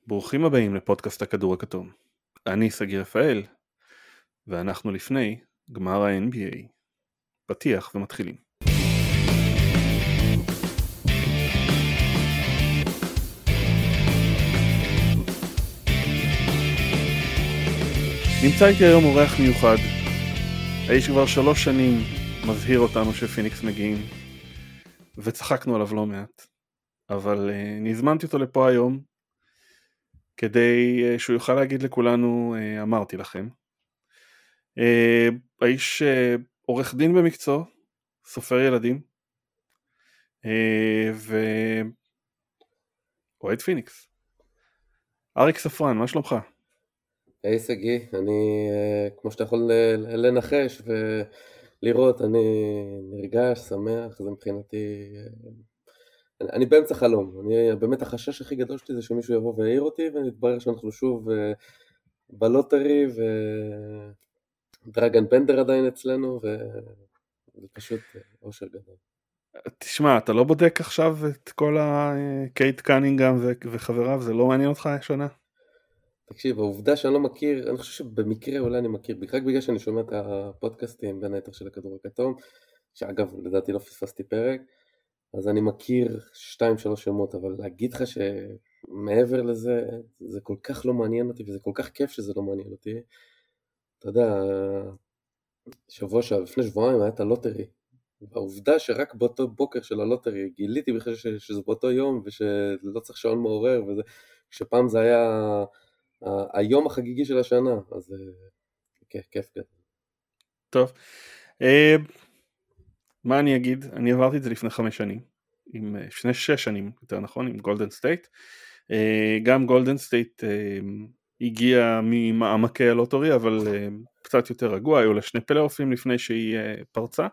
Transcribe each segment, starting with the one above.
ברוכים הבאים לפודקאסט הכדור הכתום. אני סגי רפאל, ואנחנו לפני גמר ה-NBA. פתיח ומתחילים. נמצא איתי היום אורח מיוחד. האיש כבר 3 שנים מזהיר אותנו שפיניקס מגיעים, וצחקנו עליו לא מעט. אבל נזמנתי אותו לפה היום, כדי שהוא יוכל להגיד לכולנו, אמרתי לכם. האיש עורך דין במקצוע, סופר ילדים, ואוהד פיניקס. אריק ספרן, מה שלומך? היי סגי, אני כמו שאתה יכול לנחש ולראות, אני נרגש, שמח, זה מבחינתי, אני באמצע חלום, באמת החשש הכי גדול שלי זה שמישהו יבוא ויעיר אותי ונתברר שאנחנו שוב בלוטרי ודרגן פנדר עדיין אצלנו וזה פשוט אושר גדול. תשמע, אתה לא בודק עכשיו את כל קייט קנינגהם וחבריו, זה לא מעניין אותך השנה? תקשיב, העובדה שאני לא מכיר, אני חושב שבמקרה אולי אני מכיר, רק בגלל שאני שומע את הפודקאסטים בין היתר של הכדור הכתום, שאגב לדעתי לא פספסתי פרק, אז אני מכיר 2-3 שמות, אבל להגיד לך שמעבר לזה, זה כל כך לא מעניין אותי, וזה כל כך כיף שזה לא מעניין אותי. אתה יודע, לפני שבועיים היה את הלוטרי, והעובדה שרק באותו בוקר של הלוטרי גיליתי בכלל שזה באותו יום, ושלא צריך שעון מעורר, כשפעם זה היה היום החגיגי של השנה, אז כיף גדול. טוב, מה אני אגיד? אני עברתי את זה לפני 5 שנים, לפני 6 שנים יותר נכון, עם גולדן סטייט. גם גולדן סטייט הגיע ממעמקי הלוטרי, אבל קצת יותר רגוע, היו לה 2 פלייאופים לפני שהיא פרצה.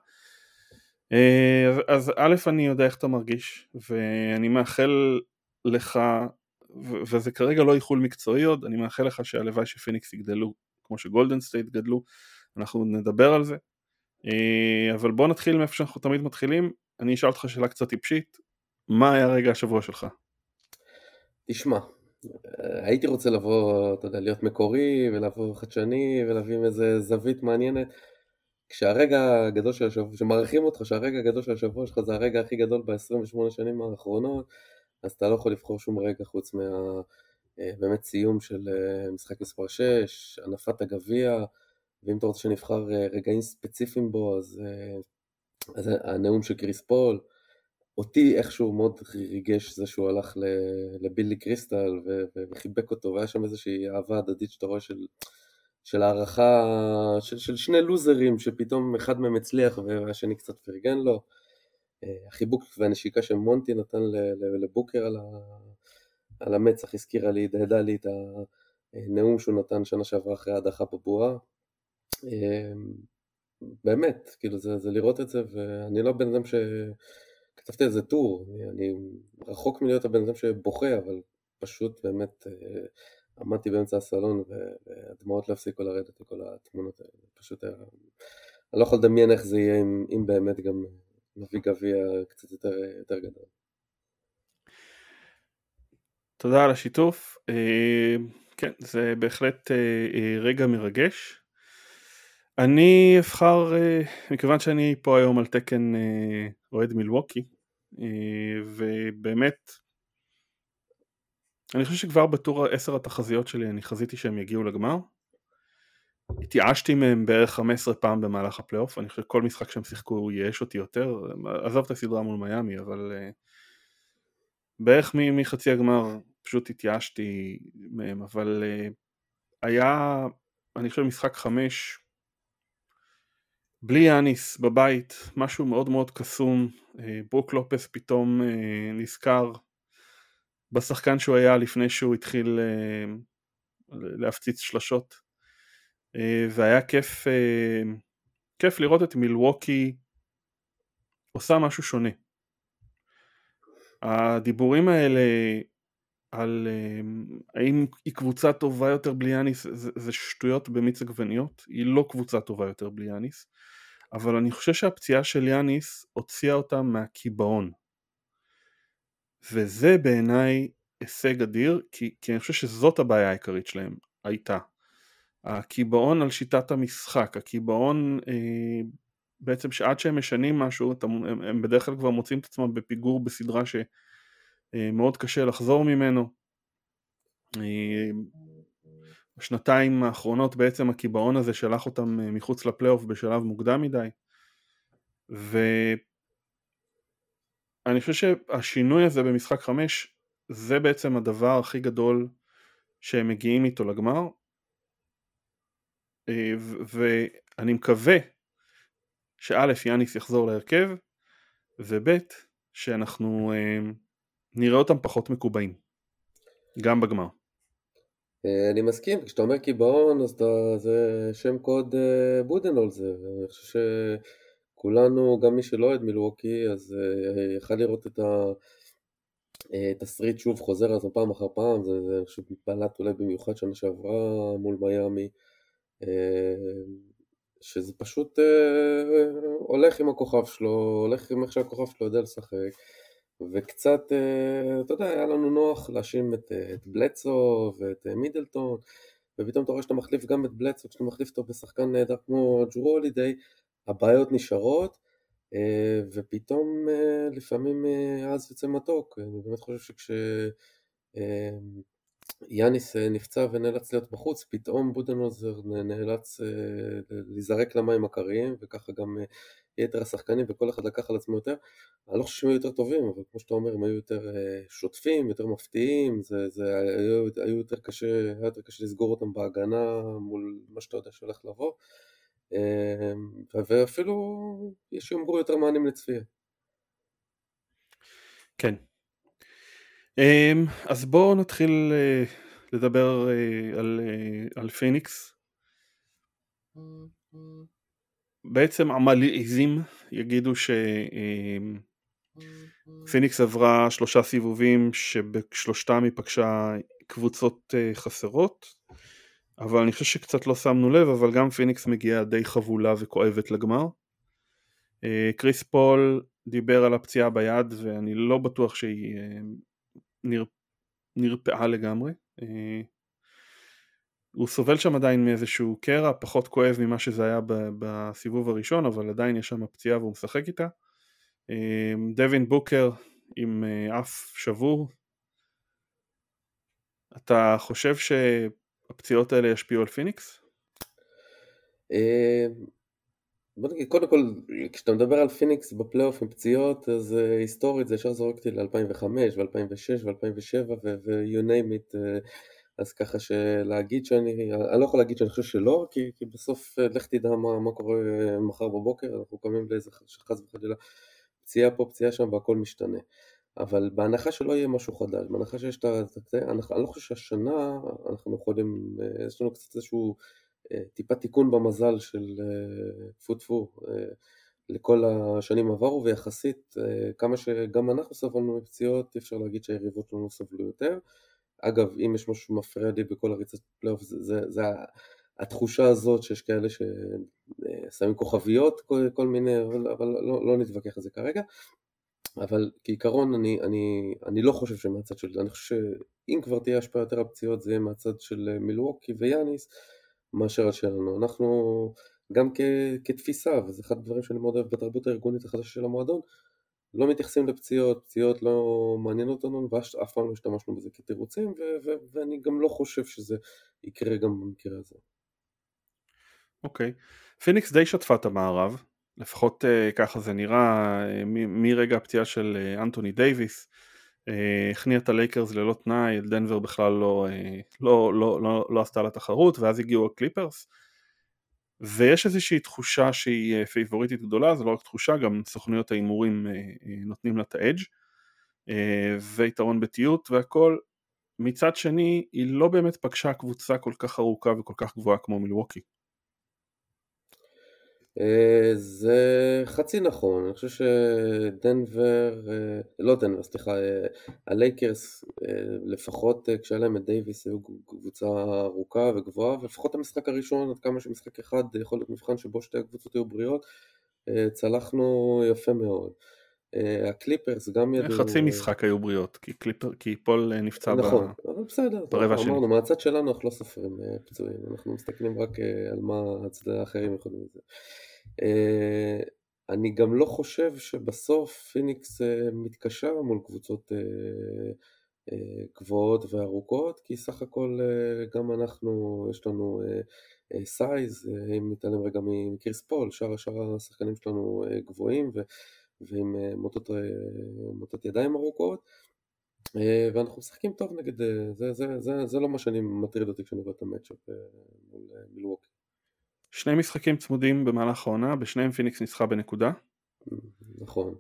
אז א', אני יודע איך אתה מרגיש, ואני מאחל לך, וזה כרגע לא איחול מקצועי עוד, אני מאחל לך שהלוואי שפיניקס יגדלו כמו שגולדן סטייט גדלו, אנחנו נדבר על זה. אבל בוא נתחיל מאיפה שאנחנו תמיד מתחילים. אני אשאל אותך שאלה קצת טיפשית, מה היה רגע השבוע שלך? תשמע, הייתי רוצה לבוא, אתה יודע, להיות מקורי ולבוא חדשני ולהביא עם איזה זווית מעניינת. כשהרגע הגדול של השבוע, שמעריכים אותך שהרגע הגדול של השבוע שלך זה הרגע הכי גדול ב-28 שנים האחרונות, אז אתה לא יכול לבחור שום רגע חוץ באמת סיום של משחק מספר 6, הנפת הגביע, ואם אתה רוצה שנבחר רגעים ספציפיים בו, אז הנאום של קריס פול, אותי איכשהו מאוד ריגש זה שהוא הלך לבילי קריסטל וחיבק אותו, והיה שם איזושהי אהבה הדדית שאתה רואה של הערכה של שני לוזרים שפתאום אחד מהם הצליח והשני קצת פרגן לו. החיבוק והנשיקה שמונטי נתן לבוקר על המצח הזכירה לי, הדהדה לי את הנאום שהוא נתן שנה שעברה אחרי ההדחה בבועה. באמת, כאילו זה לראות את זה, ואני לא בן אדם כתבתי איזה טור, אני רחוק מלהיות הבן אדם שבוכה, אבל פשוט באמת עמדתי באמצע הסלון והדמעות לא הפסיקו לרדת לכל התמונות האלה, פשוט היה, אני לא יכול לדמיין איך זה יהיה אם באמת גם נביא גביע קצת יותר גדול. תודה על השיתוף. כן, זה בהחלט רגע מרגש. אני אבחר, מכיוון שאני פה היום על תקן אוהד מילווקי, ובאמת אני חושב שכבר בטור 10 התחזיות שלי אני חזיתי שהם יגיעו לגמר. התייאשתי מהם בערך 15 פעם במהלך הפלייאוף, אני חושב שכל משחק שהם שיחקו ייאש אותי יותר, עזוב את הסדרה מול מיאמי, אבל בערך מחצי הגמר פשוט התייאשתי מהם, אבל היה, אני חושב משחק 5, בלי יאניס בבית, משהו מאוד מאוד קסום. ברוק לופס פתאום נזכר בשחקן שהוא היה לפני שהוא התחיל להפציץ שלשות, והיה כיף לראות את מילווקי עושה משהו שונה. הדיבורים האלה על האם היא קבוצה טובה יותר בלי יאניס, זה שטויות במיץ עגבניות. היא לא קבוצה טובה יותר בלי יאניס, אבל אני חושב שהפציעה של יאניס הוציאה אותה מהקיבעון, וזה בעיניי הישג אדיר, כי אני חושב שזאת הבעיה העיקרית שלהם, הייתה. הקיבעון על שיטת המשחק, הקיבעון בעצם שעד שהם משנים משהו, הם בדרך כלל כבר מוצאים את עצמם בפיגור בסדרה שמאוד קשה לחזור ממנו. בשנתיים האחרונות בעצם הקיבעון הזה שלח אותם מחוץ לפלייאוף בשלב מוקדם מדי, ואני חושב שהשינוי הזה במשחק 5 זה בעצם הדבר הכי גדול שהם מגיעים איתו לגמר, ואני מקווה שא' יאניס יחזור להרכב, וב' שאנחנו נראה אותם פחות מקובעים, גם בגמר. אני מסכים, כשאתה אומר קיבעון, אז זה שם קוד בודנהולזר, אני חושב שכולנו, גם מי שלא אוהד מילווקי, אז יכל לראות את התסריט שוב חוזר על זה פעם אחר פעם, זה פשוט בלט אולי במיוחד שנה שעברה מול מיאמי, שזה פשוט הולך עם הכוכב שלו, הולך עם איך שהכוכב שלו יודע לשחק, וקצת, אתה יודע, היה לנו נוח להאשים את בלצו ואת מידלטון, ופתאום אתה רואה שאתה מחליף גם את בלצו, כשאתה מחליף אותו בשחקן נהדר כמו ג'רו הולידיי, הבעיות נשארות, ופתאום לפעמים אז יוצא מתוק. אני באמת חושב יאניס נפצע ונאלץ להיות בחוץ, פתאום בודנהולזר נאלץ להיזרק למים הקרים, וככה גם יתר השחקנים, וכל אחד לקח על עצמו יותר. אני לא חושב שהם היו יותר טובים, אבל כמו שאתה אומר, הם היו יותר שוטפים, יותר מפתיעים, היה יותר קשה לסגור אותם בהגנה מול מה שאתה יודע שהולך לבוא, ואפילו יש יאמרו יותר מענים לצפייה. כן. אז בואו נתחיל לדבר על פיניקס. בעצם המלעיזים יגידו שפיניקס עברה 3 סיבובים שבשלושתם היא פגשה קבוצות חסרות, אבל אני חושב שקצת לא שמנו לב, אבל גם פיניקס מגיעה די חבולה וכואבת לגמר. קריס פול דיבר על הפציעה ביד, ואני לא בטוח שהיא נרפאה לגמרי. הוא סובל שם עדיין מאיזשהו קרע, פחות כואב ממה שזה היה בסיבוב הראשון, אבל עדיין יש שם פציעה והוא משחק איתה. דווין בוקר עם אף שבור. אתה חושב שהפציעות האלה ישפיעו על פיניקס? בוא נגיד, קודם כל, כשאתה מדבר על פיניקס בפלייאוף עם פציעות, אז היסטורית זה ישר זורקתי ל-2005 ו-2006 ו-2007 ו-you name it, אז ככה שלהגיד אני לא יכול להגיד שאני חושב שלא, כי בסוף לך תדע מה קורה מחר בבוקר, אנחנו קמים לאיזה חס וחלילה פציעה פה, פציעה שם, והכל משתנה. אבל בהנחה שלא יהיה משהו חדש, בהנחה שיש אני לא חושב שהשנה אנחנו יכולים, יש לנו קצת איזשהו טיפה תיקון במזל של טפו לכל השנים עברו, ויחסית כמה שגם אנחנו סבלנו מפציעות, אפשר להגיד שהיריבות לנו סבלו יותר. אגב, אם יש משהו מפריע לי בכל הריצת פלייאוף, זה התחושה הזאת שיש כאלה ששמים כוכביות כל מיני, אבל לא נתווכח על זה כרגע. אבל כעיקרון אני לא חושב שמהצד של זה, אני חושב שאם כבר תהיה השפעה יותר על פציעות, זה יהיה מהצד של מילווקי ויאניס, מאשר שלנו. אנחנו גם כתפיסה, וזה אחד הדברים שאני מאוד אוהב בתרבות הארגונית החדשה של המועדון, לא מתייחסים לפציעות, פציעות לא מעניינות אותנו, ואף פעם לא השתמשנו בזה כתירוצים, ואני גם לא חושב שזה יקרה גם במקרה הזה. אוקיי. פיניקס די שטפה את המערב, לפחות ככה זה נראה, מרגע הפציעה של אנטוני דייביס, הכניע את הלייקרס ללא תנאי, דנבר בכלל לא עשתה לה תחרות, ואז הגיעו הקליפרס, ויש איזושהי תחושה שהיא פייבוריטית גדולה, זה לא רק תחושה, גם סוכנויות האימורים נותנים לה את האדג' ויתרון בתיות והכל. מצד שני, היא לא באמת פגשה קבוצה כל כך ארוכה וכל כך גבוהה כמו מילווקי. זה חצי נכון, אני חושב שדנבר, לא דנבר, סליחה, הלייקרס, לפחות כשהיה להם את דייביס, היו קבוצה ארוכה וגבוהה, ולפחות המשחק הראשון, עד כמה שמשחק אחד יכול להיות מבחן שבו שתי הקבוצות היו בריאות, צלחנו יפה מאוד. הקליפרס גם חצי ידעו, משחק היו בריאות, כי פול נפצע נכון, אבל בסדר, ברבע השני. אמרנו, מהצד שלנו אנחנו לא סופרים פצועים, אנחנו מסתכלים רק על מה הצדדים האחרים יכולים לזה. אני גם לא חושב שבסוף פיניקס מתקשה מול קבוצות גבוהות וארוכות, כי סך הכל גם אנחנו, יש לנו סייז, אם נתעלם רגע מקריס פול, שאר השחקנים שלנו גבוהים ועם מוטות ידיים ארוכות, ואנחנו משחקים טוב נגד, זה לא מה שאני מטריד אותי כשאני רואה את המאצ'אפ מול מילווקי. שני משחקים צמודים במהלך העונה, בשניהם פיניקס ניצחה בנקודה. נכון.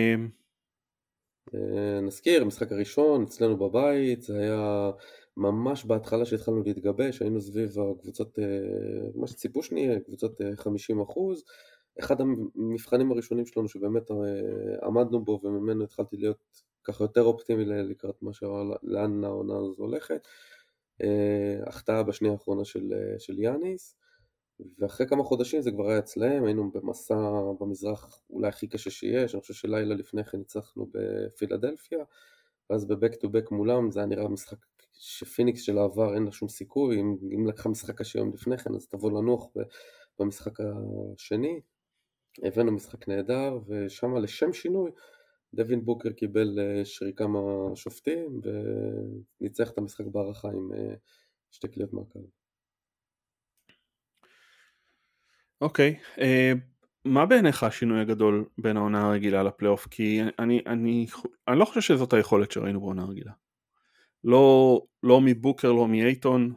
נזכיר, המשחק הראשון אצלנו בבית, זה היה ממש בהתחלה שהתחלנו להתגבש, היינו סביב הקבוצות, מה שציפו שנהיה, קבוצות 50%. אחד המבחנים הראשונים שלנו שבאמת עמדנו בו, וממנו התחלתי להיות ככה יותר אופטימי לקראת לאן העונה הזו הולכת. החטאה בשנייה האחרונה של יאניס, ואחרי כמה חודשים זה כבר היה אצלהם, היינו במסע במזרח אולי הכי קשה שיש, אני חושב שלילה לפני כן ניצחנו בפילדלפיה, ואז בבק טו בק מולם זה היה נראה משחק שפיניקס של העבר אין לה שום סיכוי, אם לקחה משחק קשה יום לפני כן אז תבוא לנוח במשחק השני. הבאנו משחק נהדר, ושם לשם שינוי דווין בוקר קיבל שריקה מהשופטים וניצח את המשחק בערכה עם 2 קליעות מעקב. אוקיי, מה בעיניך השינוי הגדול בין העונה הרגילה לפלייאוף? כי אני לא חושב שזאת היכולת שראינו בעונה הרגילה. לא מבוקר, לא מאייטון.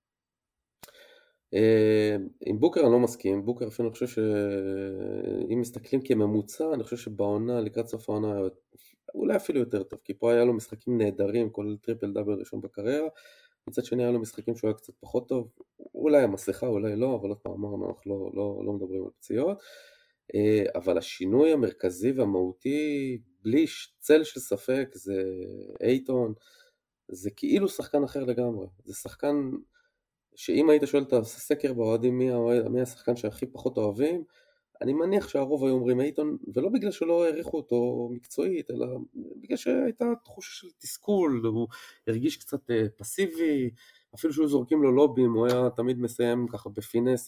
עם בוקר אני לא מסכים, בוקר אפילו אני חושב שאם מסתכלים כממוצע, אני חושב שבעונה, לקראת סוף העונה, אולי אפילו יותר טוב, כי פה היה לו משחקים נהדרים, כולל טריפל דאבל ראשון בקריירה, מצד שני היה לו משחקים שהוא היה קצת פחות טוב, אולי המסכה, אולי לא, אבל עוד פעם אמרנו, אנחנו לא מדברים על פציעות, אבל השינוי המרכזי והמהותי, בלי צל של ספק, זה אייטון, זה כאילו שחקן אחר לגמרי, זה שחקן שאם היית שואל את הסקר באוהדים מי השחקן שהכי פחות אוהבים, אני מניח שהרוב היו אומרים אייטון, ולא בגלל שלא העריכו אותו מקצועית, אלא בגלל שהייתה תחושה של תסכול, הוא הרגיש קצת פסיבי, אפילו שהוא זורקים לו לובים, הוא היה תמיד מסיים ככה בפינס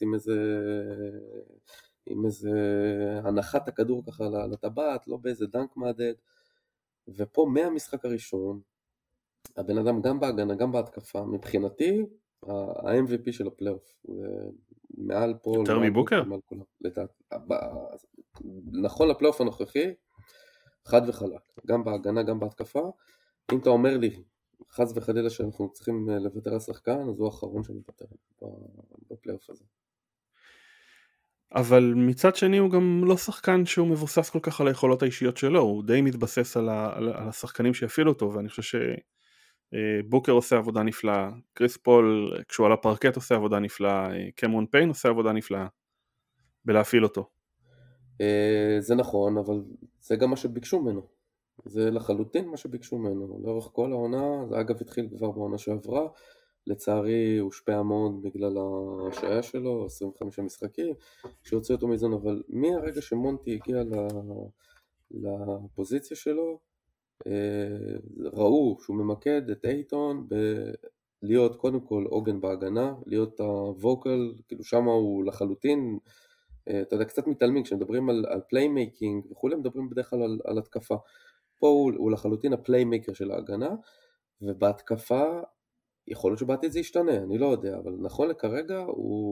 עם איזה הנחת הכדור ככה לטבעת, לא באיזה דנק מעדד, ופה מהמשחק הראשון, הבן אדם גם בהגנה, גם בהתקפה, מבחינתי, ה-MVP של הפלייאוף, מעל פול, יותר מבוקר? נכון לפלייאוף הנוכחי, חד וחלק, גם בהגנה, גם בהתקפה. אם אתה אומר לי, חס וחלילה שאנחנו צריכים לוותר על שחקן, אז הוא האחרון שאני מוותר בפלייאוף הזה. אבל מצד שני הוא גם לא שחקן שהוא מבוסס כל כך על היכולות האישיות שלו, הוא די מתבסס על השחקנים שיפעילו אותו, ואני חושב שבוקר עושה עבודה נפלאה, קריס פול כשהוא על הפרקט עושה עבודה נפלאה, קמרון פיין עושה עבודה נפלאה בלהפעיל אותו. זה נכון, אבל זה גם מה שביקשו ממנו, זה לחלוטין מה שביקשו ממנו, לאורך כל העונה, זה אגב התחיל כבר בעונה שעברה, לצערי הוא הושפע מאוד בגלל השעיה שלו, 25 משחקים, שהוציא אותו מאיזון, אבל מהרגע שמונטי הגיע לפוזיציה שלו, ראו שהוא ממקד את אייטון להיות קודם כל עוגן בהגנה, להיות הווקל, כאילו שמה הוא לחלוטין, אתה יודע, קצת מתעלמים, כשמדברים על פליימייקינג וכולי, מדברים בדרך כלל על התקפה. פה הוא לחלוטין הפליימייקר של ההגנה, ובהתקפה, יכול להיות שבעתיד זה ישתנה, אני לא יודע, אבל נכון לכרגע,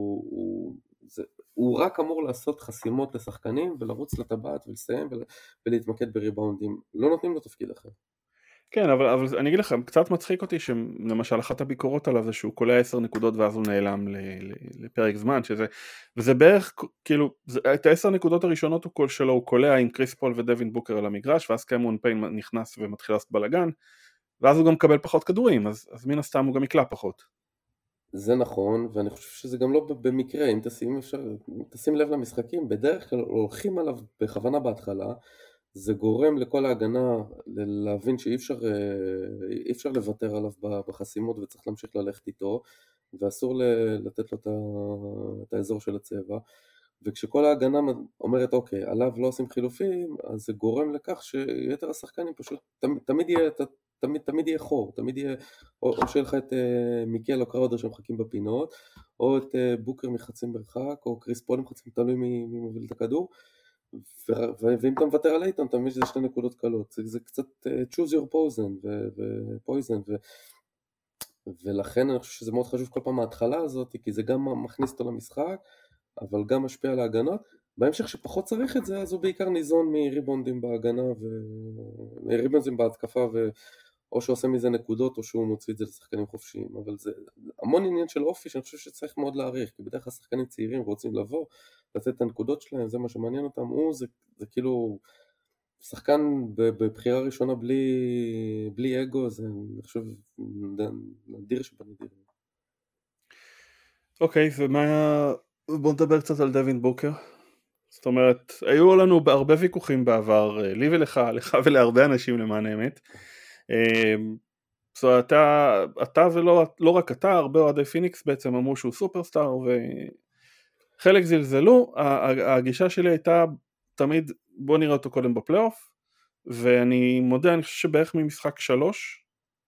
הוא רק אמור לעשות חסימות לשחקנים, ולרוץ לטבעת ולסיים, ולהתמקד בריבאונדים, לא נותנים לו תפקיד אחר. כן, אבל אני אגיד לך, קצת מצחיק אותי שלמשל אחת הביקורות עליו זה שהוא קולע 10 נקודות ואז הוא נעלם לפרק זמן, וזה בערך, כאילו, את 10 נקודות הראשונות שלו הוא קולע עם קריס פול ודווין בוקר על המגרש, ואז קמרון פיין נכנס ומתחיל לעשות בלגן, ואז הוא גם מקבל פחות כדורים, אז מן הסתם הוא גם יקלע פחות. זה נכון, ואני חושב שזה גם לא במקרה, אם תשים לב למשחקים, בדרך כלל הולכים עליו בכוונה בהתחלה, זה גורם לכל ההגנה להבין שאי אפשר לוותר עליו בחסימות וצריך להמשיך ללכת איתו, ואסור לתת לו את האזור של הצבע, וכשכל ההגנה אומרת אוקיי, עליו לא עושים חילופים, אז זה גורם לכך שיתר השחקנים פשוט תמיד יהיה חור, תמיד יהיה, או שיהיה לך את מיקל או קראודר שמחכים בפינות, או את בוקר מחצי מרחק, או קריס פול מחצי, תלוי מי מוביל את הכדור, ואם אתה מוותר על איתון, אתה מבין שזה 2 נקודות קלות, זה קצת choose your poison, ולכן אני חושב שזה מאוד חשוב כל פעם מההתחלה הזאת, כי זה גם מכניס אותו למשחק, אבל גם משפיע על ההגנות. בהמשך שפחות צריך את זה, אז הוא בעיקר ניזון מריבונדים בהגנה, מריבונדים בהתקפה, או שהוא עושה מזה נקודות, או שהוא מוציא את זה לשחקנים חופשיים. אבל זה המון עניין של אופי, שאני חושב שצריך מאוד להעריך, כי בדרך כלל שחקנים צעירים רוצים לבוא, לתת את הנקודות שלהם, זה מה שמעניין אותם, זה כאילו שחקן בבחירה ראשונה בלי אגו, זה אני חושב נדיר שבנדיר. אוקיי, בוא נדבר קצת על דווין בוקר. זאת אומרת, היו לנו הרבה ויכוחים בעבר, לי ולך, לך ולהרבה אנשים למען האמת. So אתה ולא רק אתה, הרבה אוהדי פיניקס בעצם אמרו שהוא סופרסטאר, וחלק זלזלו. הגישה שלי הייתה תמיד בוא נראה אותו קודם בפלייאוף, ואני מודה, אני חושב שבערך ממשחק 3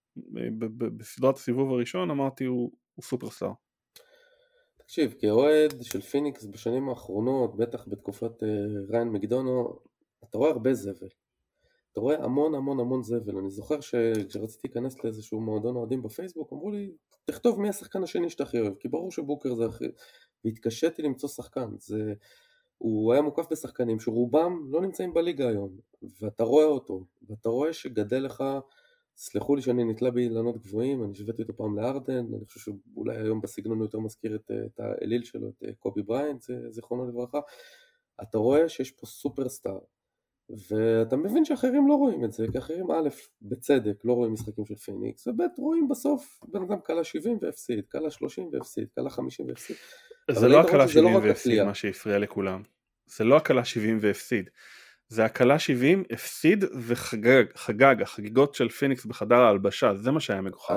בסדרת הסיבוב הראשון אמרתי הוא סופרסטאר. תקשיב, כאוהד של פיניקס בשנים האחרונות, בטח בתקופת ריין מקדונו, אתה רואה הרבה זבל. אתה רואה המון זבל. אני זוכר שכשרציתי להיכנס לאיזשהו מועדון אוהדים בפייסבוק, אמרו לי, תכתוב מי השחקן השני שאתה הכי אוהב, כי ברור שבוקר זה הכי... והתקשיתי למצוא שחקן. הוא היה מוקף בשחקנים שרובם לא נמצאים בליגה היום, ואתה רואה אותו, ואתה רואה שגדל לך, סלחו לי שאני נתלה באילנות גבוהים, אני שבאתי אותו פעם לארדן, אני חושב שאולי היום בסגנון יותר מזכיר את האליל שלו, את קובי בריינט, זיכרונו לברכה. אתה רואה שיש פה סופרסטאר, ואתה מבין שאחרים לא רואים את זה, כי אחרים א', בצדק, לא רואים משחקים של פיניקס, וב', רואים בסוף בן אדם קלה 70 והפסיד, קלה 30 והפסיד, קלה 50 והפסיד. זה לא הקלה 70 והפסיד מה שהפריע לכולם, זה לא הקלה 70 והפסיד, זה הקלה 70, הפסיד וחגג, החגיגות של פיניקס בחדר ההלבשה, זה מה שהיה מגוחך.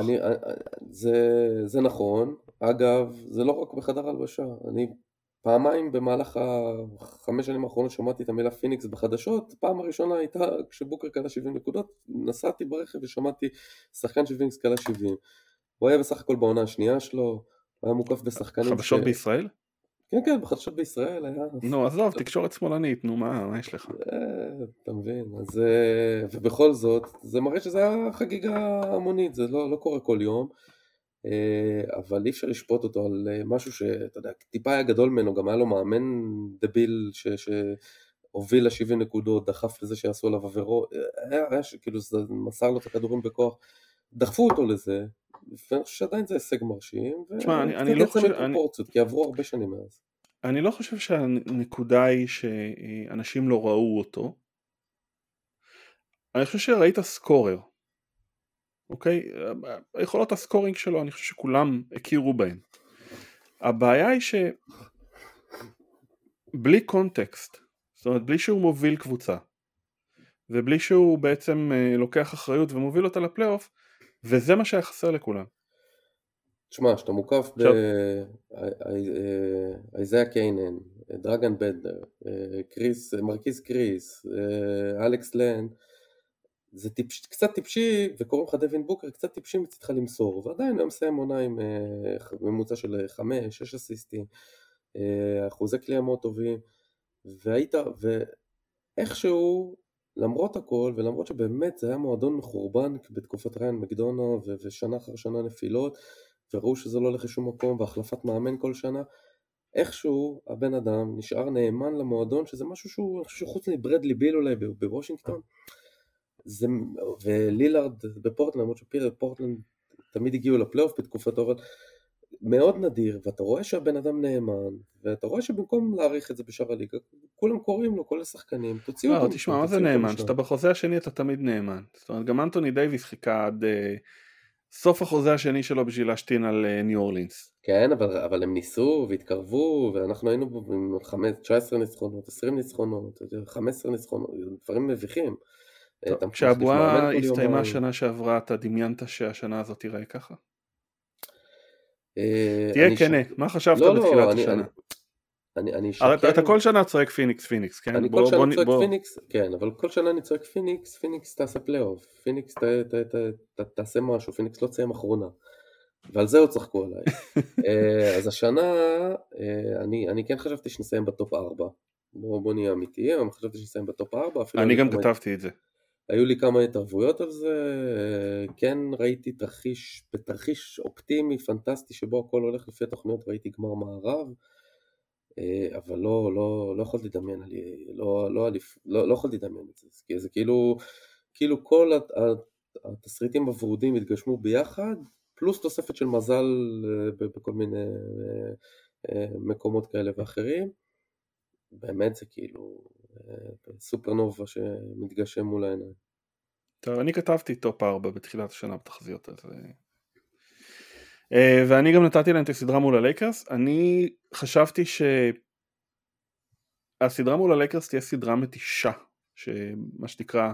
זה נכון, אגב, זה לא רק בחדר ההלבשה, אני פעמיים במהלך 5 שנים האחרונות שמעתי את המילה פיניקס בחדשות, פעם הראשונה הייתה כשבוקר קלה 70 נקודות, נסעתי ברכב ושמעתי שחקן של פיניקס קלה 70, הוא היה בסך הכל בעונה השנייה שלו, הוא היה מוקף בשחקנים חדשות בישראל? כן, בחדשות בישראל היה... נו, עזוב, תקשורת שמאלנית, נו, מה יש לך? אתה מבין, אז... ובכל זאת, זה מראה שזה היה חגיגה המונית, זה לא קורה כל יום, אבל אי אפשר לשפוט אותו על משהו שאתה יודע, טיפה היה גדול ממנו, גם היה לו מאמן דביל שהוביל ל-70 נקודות, דחף לזה שיעשו עליו עבירות, היה שכאילו זה מסר לו את הכדורים בכוח, דחפו אותו לזה, ואני חושב שעדיין זה הישג מרשים, אני לא חושב... כי עברו הרבה שנים מאז. אני לא חושב שהנקודה היא שאנשים לא ראו אותו, אני חושב שראית סקורר, אוקיי? היכולות הסקורינג שלו אני חושב שכולם הכירו בהם. הבעיה היא שבלי קונטקסט, זאת אומרת בלי שהוא מוביל קבוצה, ובלי שהוא בעצם לוקח אחריות ומוביל אותה לפלייאוף, וזה מה שהיה חסר לכולם. תשמע, שאתה מוקף באיזיה קיינן, דרגן בנדר, מרקיז קריס, אלכס לן, זה קצת טיפשי, וקוראים לך דווין בוקר, קצת טיפשי מצדך למסור, ועדיין הוא מסיים עונה עם ממוצע של 5-6 אסיסטים, אחוזי קליעה מאוד טובים, ואיכשהו, למרות הכל, ולמרות שבאמת זה היה מועדון מחורבן בתקופת ריין מקדונו, ושנה אחר שנה נפילות, וראו שזה לא הולך לשום מקום, והחלפת מאמן כל שנה, איכשהו הבן אדם נשאר נאמן למועדון, שזה משהו שהוא, אני חושב שחוץ מברדלי ביל אולי בוושינגטון, ולילארד בפורטלנד, למרות שפורטלנד תמיד הגיעו לפלייאוף בתקופתו, אבל מאוד נדיר, ואתה רואה שהבן אדם נאמן, ואתה רואה שבמקום להעריך את זה בשאר הליגה, כולם קוראים לו, כל השחקנים, תוציאו אותו. תשמע, מה זה נאמן? שאתה בחוזה השני אתה תמיד נאמן. זאת אומרת, גם אנטוני דייביס חיכה עד סוף החוזה השני שלו בשביל להשתין על ניו אורלינס. כן, אבל הם ניסו והתקרבו, ואנחנו היינו עם 19 ניצחונות, 20 ניצחונות, 15 ניצחונות, דברים מביכים. כשהבועה הסתיימה השנה שעברה, אתה דמיינת שהשנה הזאת תראה ככה? תהיה כנה, מה חשבת בתחילת השנה? אני אתה שקל, כל שנה צועק פיניקס, כן? אני כל שנה צועק פיניקס, כן, אבל כל שנה אני צועק פיניקס תעשה פלייאוף, פיניקס תעשה משהו, פיניקס לא תסיים אחרונה, ועל זה עוד צחקו עליי. אז השנה, אני כן חשבתי שנסיים בטופ 4, בוא נהיה אמיתיים, אבל חשבתי שנסיים בטופ 4, אפילו אני גם כתבתי את זה. היו לי כמה התערבויות על זה, כן ראיתי בתרחיש אופטימי, פנטסטי, שבו הכל הולך לפי התוכניות, ראיתי גמר מערב, אבל לא יכולתי לדמיין, לא יכולתי לדמיין את זה, כי זה כאילו כל התסריטים הוורודים התגשמו ביחד, פלוס תוספת של מזל בכל מיני מקומות כאלה ואחרים, באמת זה כאילו סופרנובה שמתגשם מול העיניים. טוב, אני כתבתי טופ 4 בתחילת השנה בתחזיות, אז... ואני גם נתתי להם את הסדרה מול הלייקרס. אני חשבתי שהסדרה מול הלייקרס תהיה סדרה מתישה, שמה שנקרא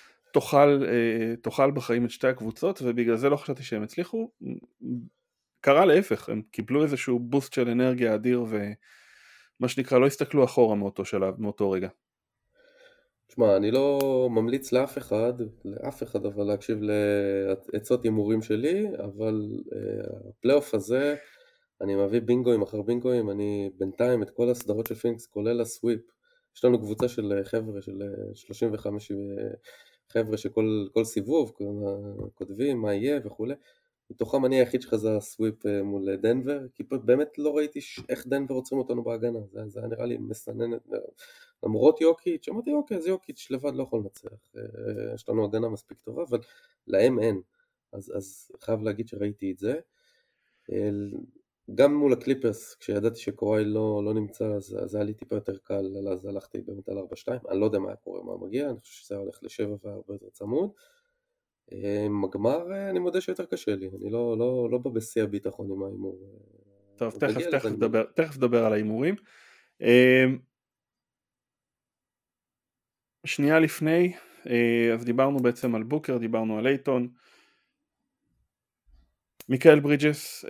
תאכל בחיים את שתי הקבוצות, ובגלל זה לא חשבתי שהם הצליחו. קרה להפך, הם קיבלו איזשהו בוסט של אנרגיה אדיר, ומה שנקרא לא הסתכלו אחורה מאותו רגע. תשמע, אני לא ממליץ לאף אחד, אבל להקשיב לעצות הימורים שלי, אבל הפלייאוף הזה, אני מביא בינגוים אחר בינגוים, אני בינתיים את כל הסדרות של פיניקס, כולל הסוויפ, יש לנו קבוצה של חבר'ה, של 35 חבר'ה שכל סיבוב כותבים מה יהיה וכו'. מתוכם אני היחיד שחזה סוויפ מול דנבר, כי באמת לא ראיתי איך דנבר עוצרים אותנו בהגנה, זה היה נראה לי מסננת, למרות יוקיץ', אמרתי אוקיי, אז יוקיץ' לבד לא יכול לנצח, יש לנו הגנה מספיק טובה, אבל להם אין, אז חייב להגיד שראיתי את זה. גם מול הקליפרס, כשידעתי שקוואי לא נמצא, אז היה לי טיפה יותר קל, אז הלכתי באמת על 4-2, אני לא יודע מה היה קורה, מה מגיע, אני חושב שזה הולך ל7 והרבה יותר צמוד. מגמר, אני מודה שיותר קשה לי, אני לא בא בשיא הביטחון עם האימור. טוב, תכף נדבר על האימורים. שנייה לפני, אז דיברנו בעצם על בוקר, דיברנו על אייטון, מיקאל ברידג'ס,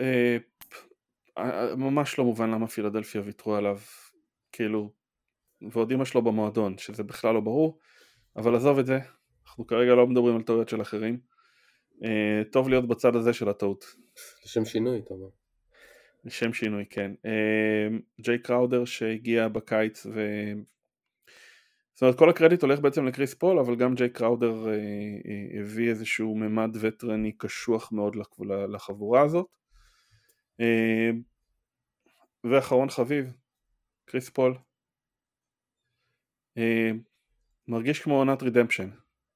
ממש לא מובן למה פילדלפיה ויתרו עליו, כאילו, ועוד אמא שלו במועדון, שזה בכלל לא ברור, אבל עזוב את זה, אנחנו כרגע לא מדברים על טעויות של אחרים, טוב להיות בצד הזה של הטעות. לשם שינוי, אתה אומר. לשם שינוי, כן. ג'יי קראודר שהגיע בקיץ זאת אומרת, כל הקרדיט הולך בעצם לקריס פול, אבל גם ג'יי קראודר הביא איזשהו ממד וטרני קשוח מאוד לחבורה הזאת. ואחרון חביב, קריס פול. מרגיש כמו עונת רידמפשן.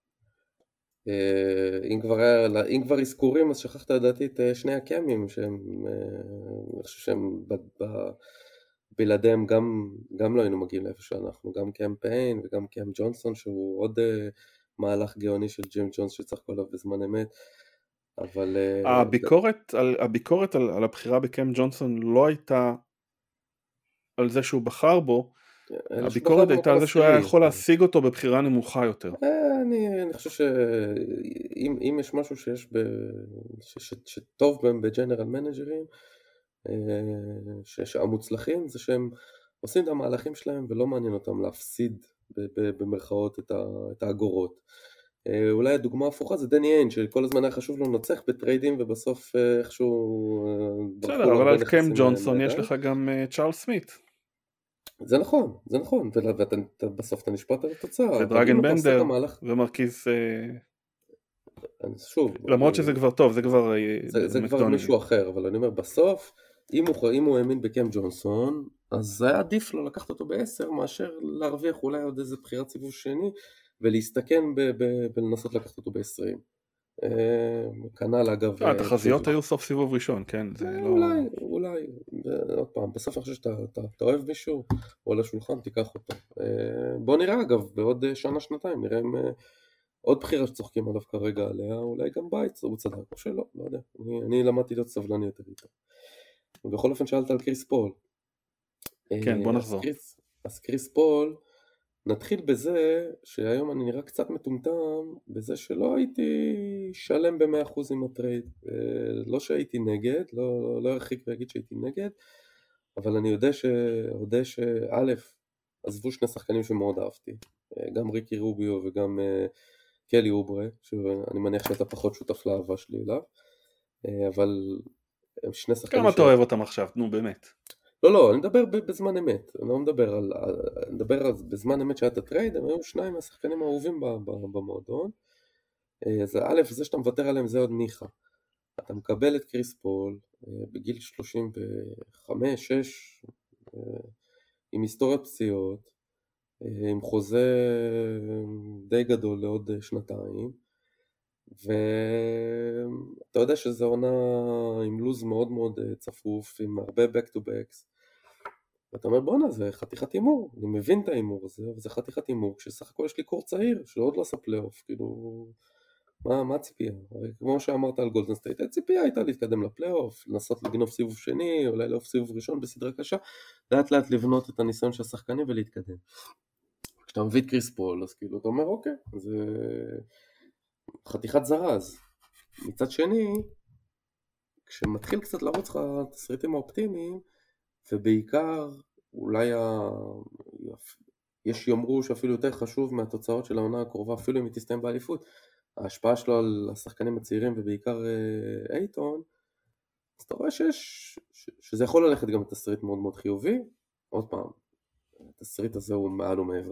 אם כבר הזכורים, אז שכחת לדעתי את שני הקאמים, שהם, אני חושב שהם בלעדיהם גם לא היינו מגיעים לאיפה שאנחנו, גם קאם פיין וגם קאם ג'ונסון, שהוא עוד מהלך גאוני של ג'ים ג'ונס שצחקו עליו בזמן אמת, אבל... הביקורת על הבחירה בקאם ג'ונסון לא הייתה על זה שהוא בחר בו, הביקורת הייתה על זה שהוא היה יכול להשיג אותו בבחירה נמוכה יותר. אני חושב שאם יש משהו שטוב בהם בג'נרל מנג'רים, שהמוצלחים זה שהם עושים את המהלכים שלהם ולא מעניין אותם להפסיד במרכאות את האגורות. אולי הדוגמה הפוכה זה דני איין, שכל הזמן היה חשוב לו לנצח בטריידים ובסוף איכשהו... בסדר, אבל על קאם ג'ונסון יש לך גם צ'ארלס סמית. זה נכון, ובסוף אתה נשפט על התוצאה. ודרגן בנדר ומרקיז... שוב, למרות שזה כבר טוב, זה כבר מישהו אחר, אבל אני אומר בסוף, אם הוא האמין בקאם ג'ונסון, אז היה עדיף לו לקחת אותו ב10 מאשר להרוויח אולי עוד איזה בחירת סיבוב שני, ולהסתכן ולנסות לקחת אותו ב20. כנ"ל אגב... התחזיות היו סוף סיבוב ראשון, כן? אולי, עוד פעם, בסוף אני חושב שאתה אוהב מישהו, או על השולחן תיקח אותו. בוא נראה אגב, בעוד שנה-שנתיים, נראה אם עוד בחירה שצוחקים עליו כרגע עליה, אולי גם בית, הוא צדק, או שלא, לא יודע. אני למדתי להיות סבלני יותר איתו. ובכל אופן שאלת על קריס פול. כן, בוא נחזור. אז קריס פול, נתחיל בזה שהיום אני נראה קצת מטומטם, בזה שלא הייתי שלם ב100% עם הטרייד. לא שהייתי נגד, לא הרחיק ויגיד שהייתי נגד, אבל אני יודע שא', עזבו שני שחקנים שמאוד אהבתי, גם ריקי רוביו וגם קלי אוברה, שאני מניח שאתה פחות שותף לאהבה שלי אליו, אבל הם שני שחקנים כמה אתה אוהב אותם עכשיו? נו באמת. לא, אני מדבר בזמן אמת, אני לא מדבר אני מדבר על בזמן אמת שהיה את הטרייד, הם היו שניים מהשחקנים האהובים במועדון, אז א', זה שאתה מוותר עליהם זה עוד ניחא, אתה מקבל את קריס פול בגיל 35-6, עם היסטוריית פציעות, עם חוזה די גדול לעוד שנתיים, ואתה יודע שזו עונה עם לוז מאוד מאוד צפוף, עם הרבה back to backs, ואתה אומר בואנה זה חתיכת אימור, אני מבין את האימור הזה, אבל זה חתיכת אימור, כשסך הכל יש לי קור צעיר, שעוד לא עשה פלייאוף, כאילו, מה הציפייה? כמו שאמרת על גולדן סטייט, הציפייה הייתה להתקדם לפלייאוף, לנסות לגנוב סיבוב שני, אולי לעוף סיבוב ראשון בסדרה קשה, לאט לאט לבנות את הניסיון של השחקנים ולהתקדם. כשאתה מביא את קריס פול, אז כאילו אתה אומר אוקיי, זה חתיכת זרז. מצד שני, כשמתחיל קצת לרוץ לך תסריטים האופטימיים, ובעיקר אולי יש יאמרו שאפילו יותר חשוב מהתוצאות של העונה הקרובה, אפילו אם היא תסתיים באליפות, ההשפעה שלו על השחקנים הצעירים ובעיקר אייטון, אז אתה רואה שזה יכול ללכת גם תסריט מאוד מאוד חיובי. עוד פעם, התסריט הזה הוא מעל ומעבר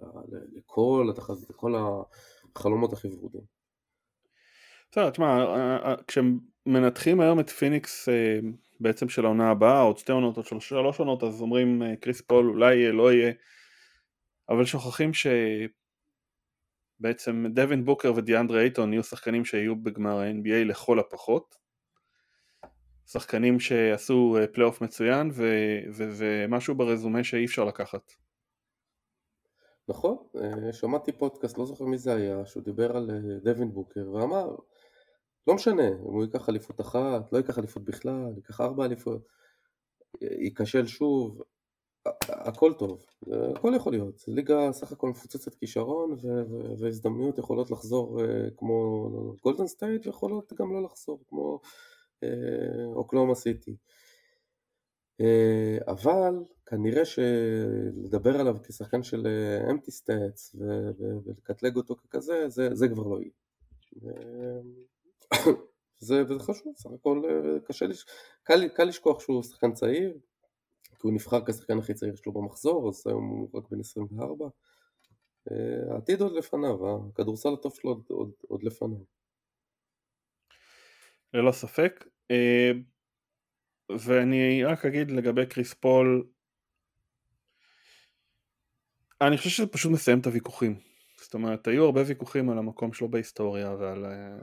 לכל החלומות הכי ורודים. בסדר, תשמע, כשמנתחים היום את פיניקס בעצם של העונה הבאה, עוד 2 עונות, עוד 3 עונות, אז אומרים קריס פול אולי יהיה, לא יהיה, אבל שוכחים שבעצם דווין בוקר ודיאנדרה אייטון יהיו שחקנים שיהיו בגמר ה-NBA לכל הפחות, שחקנים שעשו פלייאוף מצוין, ומשהו ברזומה שאי אפשר לקחת. נכון, שמעתי פודקאסט, לא זוכר מי זה היה, שהוא דיבר על דווין בוקר, ואמר, לא משנה, אם הוא ייקח אליפות אחת, לא ייקח אליפות בכלל, ייקח 4 אליפות, ייכשל שוב, הכל טוב, הכל יכול להיות, ליגה סך הכל מפוצצת כישרון, והזדמנויות יכולות לחזור כמו גולדן סטייט, ויכולות גם לא לחזור, כמו אוקלאומה סיטי. אבל כנראה שלדבר עליו כשחקן של אמפטי סטאטס ולקטלג אותו ככזה, זה כבר לא יהיה. וזה חשוב, סך הכל קל לשכוח שהוא שחקן צעיר, כי הוא נבחר כשחקן הכי צעיר שלו במחזור, אז היום הוא רק בן 24. העתיד עוד לפניו, הכדורסל הטוב שלו עוד לפניו. ללא ספק. ואני רק אגיד לגבי קריס פול, אני חושב שזה פשוט מסיים את הוויכוחים. זאת אומרת, היו הרבה ויכוחים על המקום שלו בהיסטוריה ועל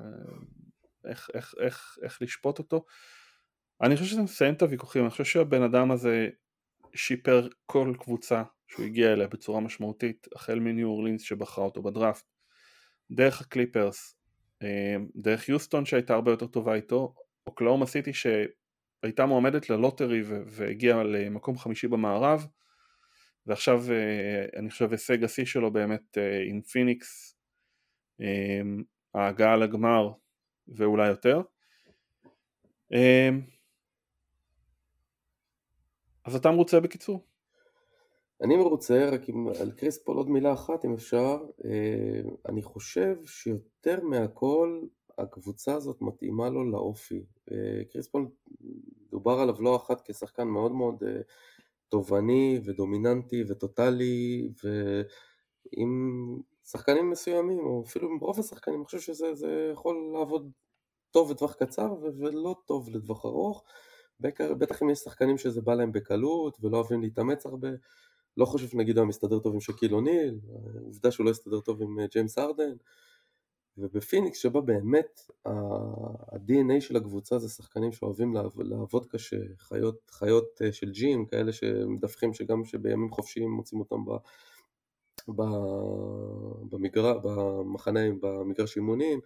איך לשפוט אותו. אני חושב שזה מסיים את הוויכוחים. אני חושב שהבן אדם הזה שיפר כל קבוצה שהוא הגיע אליה בצורה משמעותית, החל מניו אורלינס שבחרה אותו בדראפט, דרך הקליפרס, דרך יוסטון שהייתה הרבה יותר טובה איתו, אוקלאומה סיטי שהייתה מועמדת ללוטרי והגיעה למקום 5 במערב, ועכשיו אני חושב הישג השיא שלו באמת עם פיניקס, ההגעה לגמר ואולי יותר. אז אתה מרוצה בקיצור? אני מרוצה, רק על קריס פול עוד מילה אחת אם אפשר. אני חושב שיותר מהכל הקבוצה הזאת מתאימה לו לאופי. קריס פול דובר עליו לא אחת כשחקן מאוד מאוד תובעני ודומיננטי וטוטלי, ועם שחקנים מסוימים, או אפילו עם רוב השחקנים, אני חושב שזה יכול לעבוד טוב לטווח קצר ולא טוב לטווח ארוך. בטח אם יש שחקנים שזה בא להם בקלות ולא אוהבים להתאמץ הרבה. לא חושב נגיד הוא מסתדר טוב עם שקיל אוניל, העובדה שהוא לא הסתדר טוב עם ג'יימס ארדן, ובפיניקס שבה באמת ה-DNA של הקבוצה זה שחקנים שאוהבים לעבוד קשה, חיות של ג'ים, כאלה שמדווחים שגם שבימים חופשיים מוצאים אותם במגרש אימונים,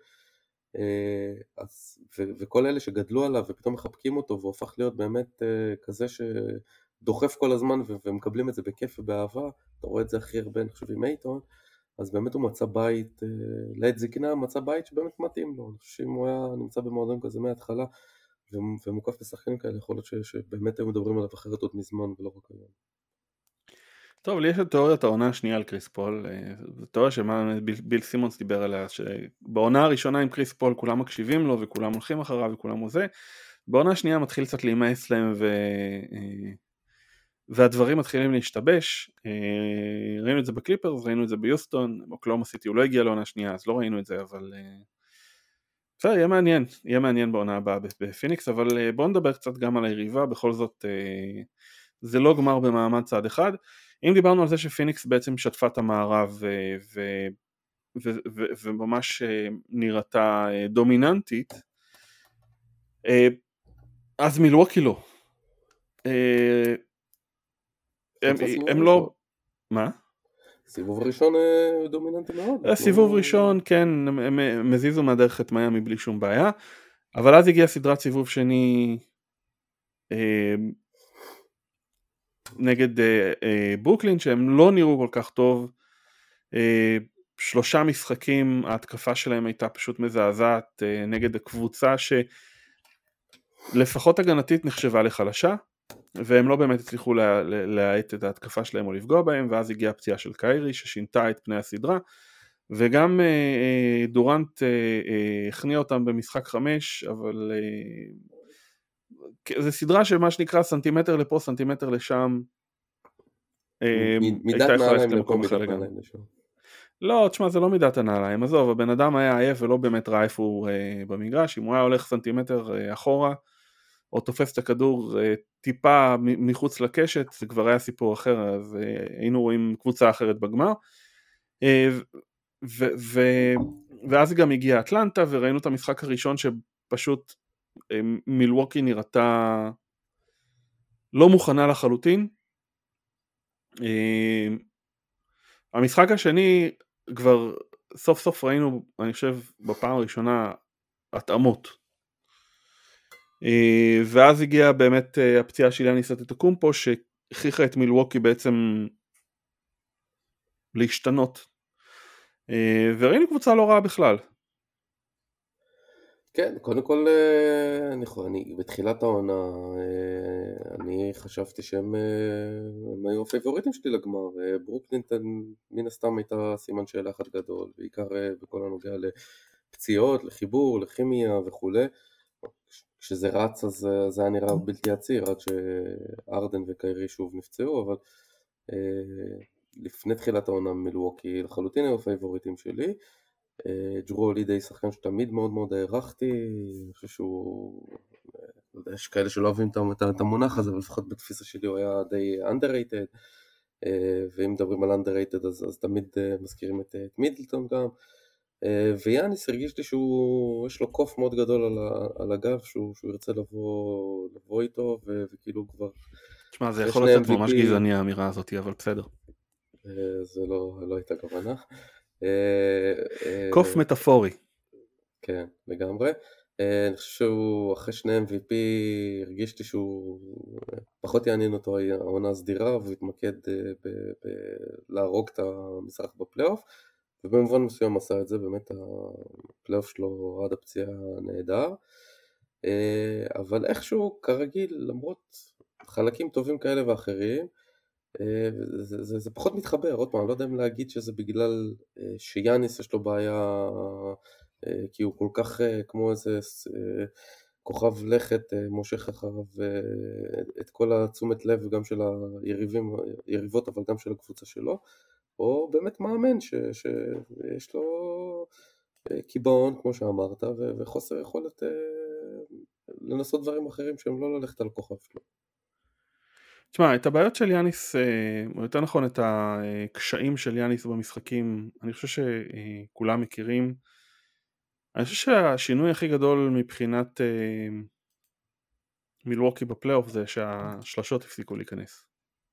וכל אלה שגדלו עליו ופתאום מחבקים אותו והופך להיות באמת כזה שדוחף כל הזמן ומקבלים את זה בכיף ובאהבה, אתה רואה את זה הכי הרבה אני חושב עם אייטון, אז באמת הוא מצא בית, לעת זקנה מצא בית שבאמת מתאים לו. אני חושב שאם הוא היה נמצא במועדון כזה מההתחלה ומוקף בשחקנים כאלה, יכול להיות שבאמת היו מדברים עליו אחרת עוד מזמן ולא רק היום. טוב, לי יש את תיאוריית העונה השנייה על קריס פול, זו תיאוריה שביל סימונס דיבר עליה, שבעונה הראשונה עם קריס פול כולם מקשיבים לו וכולם הולכים אחריו וכולם הוא זה, בעונה השנייה מתחיל קצת להימאס להם והדברים מתחילים להשתבש. ראינו את זה בקליפרס, ראינו את זה ביוסטון, אוקלאומה סיטי הוא לא הגיע לעונה שנייה אז לא ראינו את זה, אבל בסדר, יהיה מעניין בעונה הבאה בפיניקס. אבל בואו נדבר קצת גם על היריבה, בכל זאת זה לא גמר במעמד צעד אחד. אם דיברנו על זה שפיניקס בעצם שטפה את המערב וממש נראתה דומיננטית, אז מילווקי לא. הם לא... מה? סיבוב ראשון דומיננטי מאוד. סיבוב ראשון, כן, הם מזיזו מהדרך את מיאמי בלי שום בעיה, אבל אז הגיע סדרת סיבוב שני נגד ברוקלין, שהם לא נראו כל כך טוב. 3 משחקים, ההתקפה שלהם הייתה פשוט מזעזעת נגד הקבוצה שלפחות הגנתית נחשבה לחלשה, והם לא באמת הצליחו להאט את ההתקפה שלהם או לפגוע בהם, ואז הגיעה הפציעה של קיירי ששינתה את פני הסדרה, וגם דורנט הכניע אותם במשחק 5, אבל זה סדרה שמה שנקרא סנטימטר לפה סנטימטר לשם, מידת נעליים לפה מידת נעליים לשם. לא, תשמע, זה לא מידת הנעליים, עזוב, הבן אדם היה עייף ולא באמת ראה איפה הוא במגרש. אם הוא היה הולך סנטימטר אחורה או תופס את הכדור טיפה מחוץ לקשת, זה כבר היה סיפור אחר, אז היינו רואים קבוצה אחרת בגמר. ואז גם הגיעה אטלנטה, וראינו את המשחק הראשון שפשוט מילווקי נראתה לא מוכנה לחלוטין. המשחק השני כבר סוף סוף ראינו, אני חושב בפעם הראשונה, התאמות, ואז הגיעה באמת הפציעה של יאניס אנטטוקומפו שהכריחה את מילווקי בעצם להשתנות, וראינו קבוצה לא רעה בכלל. כן, קודם כל, אני בתחילת העונה, אני חשבתי שהם היו הפייבוריטים שלי לגמר, ברוקלין מן הסתם הייתה סימן שאלה אחד גדול, בעיקר בכל הנוגע לפציעות, לחיבור, לכימיה וכו'. כשזה רץ אז זה היה נראה בלתי עציר, עד שארדן וקיירי שוב נפצעו, אבל לפני תחילת העונה מילווקי לחלוטין היו הפייבוריטים שלי. ג'רו הולידיי שחקן שתמיד מאוד מאוד הערכתי, אני חושב שהוא, יש כאלה שלא אוהבים את המונח הזה, אבל לפחות בתפיסה שלי הוא היה די underrated, ואם מדברים על underrated אז תמיד מזכירים את מידלטון גם, ויאניס הרגיש לי שיש לו קוף מאוד גדול על הגב, שהוא ירצה לבוא איתו, וכאילו כבר... תשמע, זה יכול לצאת ממש גזעני האמירה הזאת, אבל בסדר. זה לא הייתה כוונה. קוף מטאפורי. כן, לגמרי. אני חושב שהוא אחרי 2 MVP הרגיש לי שהוא פחות יעניין אותו העונה הסדירה, והוא התמקד להרוג את המשחק בפלייאוף, ובמובן מסוים עשה את זה, באמת הפלייאוף שלו עד הפציעה נהדר, אבל איכשהו כרגיל, למרות חלקים טובים כאלה ואחרים, זה פחות מתחבר. עוד פעם, לא יודע אם להגיד שזה בגלל שיאניס יש לו בעיה, כי הוא כל כך כמו איזה כוכב לכת מושך אחריו את כל התשומת לב גם של היריבות, אבל גם של הקבוצה שלו, או באמת מאמן שיש לו קיבעון כמו שאמרת, וחוסר יכולת לנסות דברים אחרים שהם לא ללכת על הכוכב שלו. תשמע, את הבעיות של יאניס, או יותר נכון את הקשיים של יאניס במשחקים, אני חושב שכולם מכירים. אני חושב שהשינוי הכי גדול מבחינת מילווקי בפלייאוף זה שהשלשות הפסיקו להיכנס.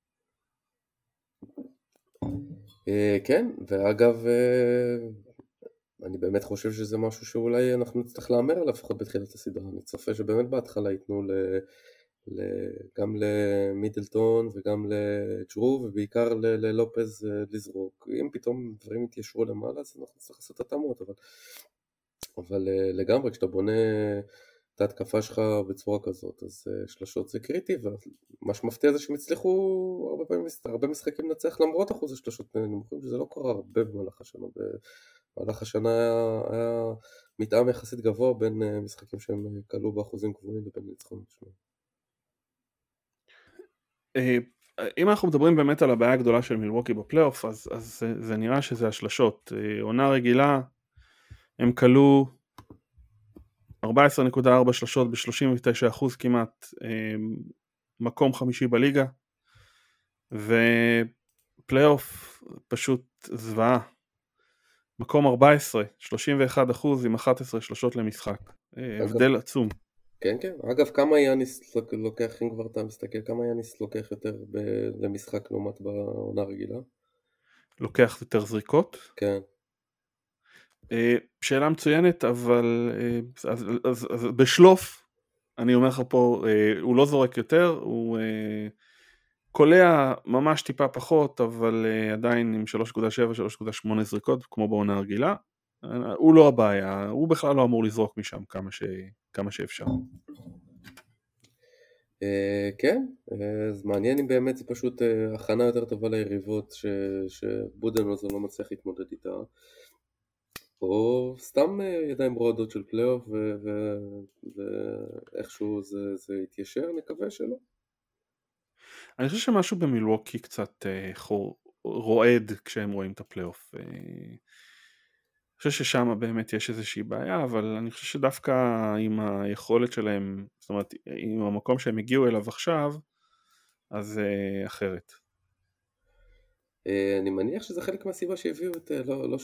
כן, ואגב, אני באמת חושב שזה משהו שאולי אנחנו נצטרך לאמר עליו, לפחות בתחילת הסדרה. אני צופה שבאמת בהתחלה ייתנו גם למידלטון וגם לג'רו ובעיקר ללופז לזרוק. אם פתאום דברים יתיישרו למעלה אז אנחנו נצטרך לעשות התאמות, אבל לגמרי כשאתה בונה את ההתקפה שלך בצורה כזאת, אז שלשות זה קריטי, ומה שמפתיע זה שהם הצליחו הרבה משחקים לנצח למרות אחוז השלשות נמוכים, שזה לא קרה הרבה במהלך השנה. במהלך השנה היה מתאם יחסית גבוה בין משחקים שהם קלו באחוזים גבוהים ובין ניצחונות שלהם. אם אנחנו מדברים באמת על הבעיה הגדולה של מילווקי בפלייאוף, אז זה נראה שזה השלשות. עונה רגילה, הם קלו 14.4 שלשות ב-39% כמעט, מקום חמישי בליגה, ופלייאוף פשוט זוועה. מקום 14, 31% עם 11 שלשות למשחק. הבדל עצום. כן, כן. אגב, כמה יאניס לוקח, אם כבר אתה מסתכל, כמה יאניס לוקח יותר למשחק לעומת בעונה רגילה? לוקח יותר זריקות? כן. שאלה מצוינת, אבל אז בשלוף, אני אומר לך פה, הוא לא זורק יותר, הוא קולע ממש טיפה פחות, אבל עדיין עם 3.7-3.8 זריקות, כמו בעונה הרגילה. הוא לא הבעיה, הוא בכלל לא אמור לזרוק משם כמה שאפשר. כן, אז מעניין אם באמת זה פשוט הכנה יותר טובה ליריבות שבודנוולזון לא מצליח להתמודד איתה, או סתם ידיים רועדות של פלייאוף ואיכשהו זה יתיישר, נקווה שלא. אני חושב שמשהו במילווקי קצת רועד כשהם רואים את הפלייאוף. אני חושב ששם באמת יש איזושהי בעיה, אבל אני חושב שדווקא עם היכולת שלהם, זאת אומרת, עם המקום שהם הגיעו אליו עכשיו, אז אחרת. אני מניח שזה חלק מהסיבה שהביאו את, לא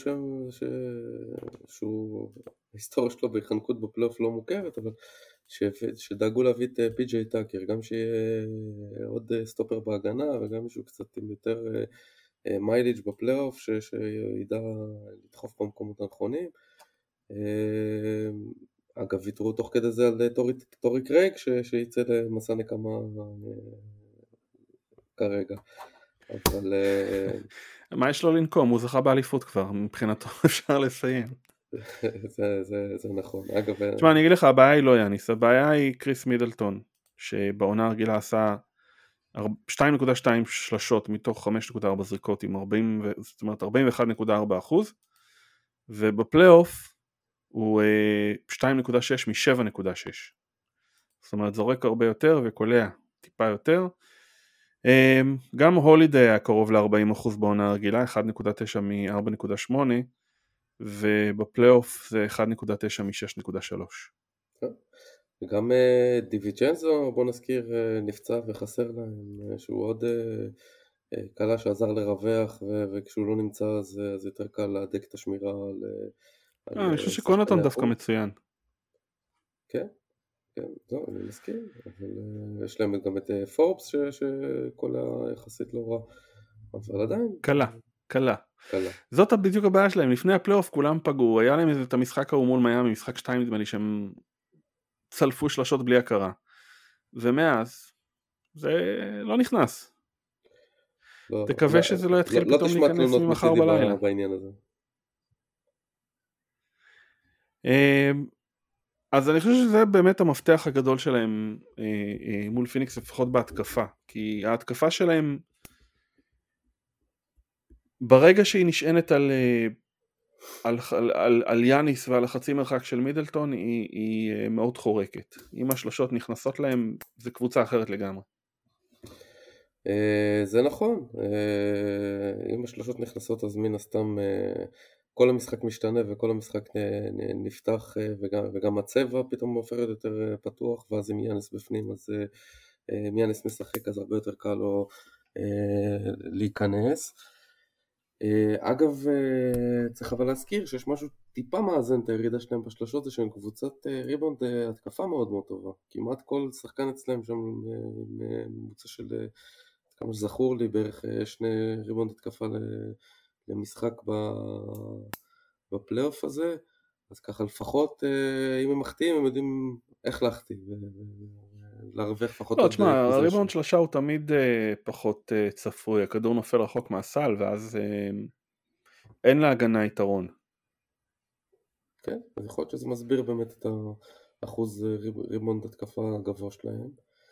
שהוא, ההיסטוריה שלו בהתחנקות בפלייאוף לא מוכרת, אבל שדאגו להביא את פי.ג'יי טאקר, גם שיהיה עוד סטופר בהגנה, וגם מישהו קצת עם יותר מיילג' בפלייאוף, שידע לדחוף במקומות הנכונים. אגב, ויתרו תוך כדי זה על טורי קרייג, שיצא למסע נקמה כרגע. אבל מה יש לו לנקום? הוא זכה באליפות כבר, מבחינתו אפשר לסיים. זה נכון. אגב, תשמע, אני אגיד לך, הבעיה היא לא יאניס, הבעיה היא קריס מידלטון, שבעונה הרגילה עשה 2.2 שלשות מתוך 5.4 זריקות, עם 41.4%, ובפלייאוף הוא 2.6 מ-7.6. זאת אומרת, זורק הרבה יותר וקולע טיפה יותר. גם הולידי היה קרוב ל-40% בעונה הרגילה, 1.9 מ-4.8, ובפלייאוף זה 1.9 מ-6.3. וגם דיוויצ'נזו, בוא נזכיר, נפצע וחסר להם, שהוא עוד קלה שעזר לרווח, וכשהוא לא נמצא אז יותר קל להדק את השמירה אני חושב שקונטון דווקא מצוין. כן, כן, זהו, אני מסכים, אבל יש להם גם את פורבס שכל היחסית לא רע, אבל עדיין. קלה. זאת בדיוק הבעיה שלהם, לפני הפלייאוף כולם פגעו, היה להם את המשחק ההוא מול מיאמי, משחק 2 נדמה לי שהם צלפו שלשות בלי הכרה, ומאז זה לא נכנס. תקווה שזה לא יתחיל פתאום להיכנס ממחר בלילה. בעניין הזה. אז אני חושב שזה באמת המפתח הגדול שלהם מול פיניקס, לפחות בהתקפה, כי ההתקפה שלהם ברגע שהיא נשענת על יאניס ועל החצי מרחק של מידלטון, היא מאוד חורקת. אם השלשות נכנסות להם, זה קבוצה אחרת לגמרי. זה נכון, אם השלשות נכנסות אז מן הסתם כל המשחק משתנה וכל המשחק נפתח, וגם הצבע פתאום הופך יותר פתוח, ואז אם יאניס בפנים אז אם יאניס משחק אז הרבה יותר קל לו להיכנס. אגב, צריך אבל להזכיר שיש משהו טיפה מאזן את הירידה שלהם בשלשות, זה שהם קבוצת ריבאונד התקפה מאוד מאוד טובה. כמעט כל שחקן אצלם שם ממוצע של, כמה שזכור לי, בערך 2 ריבאונד התקפה למשחק בפלייאוף הזה. אז ככה לפחות אם הם מחטיאים הם יודעים איך להחטיא להרוויח לפחות. לא, תשמע, הריבאונד שלושה הוא תמיד פחות צפוי, הכדור נופל רחוק מהסל ואז אין להגנה יתרון. כן, אז יכול להיות שזה מסביר באמת את אחוז ריבאונד התקפה הגבוה שלהם.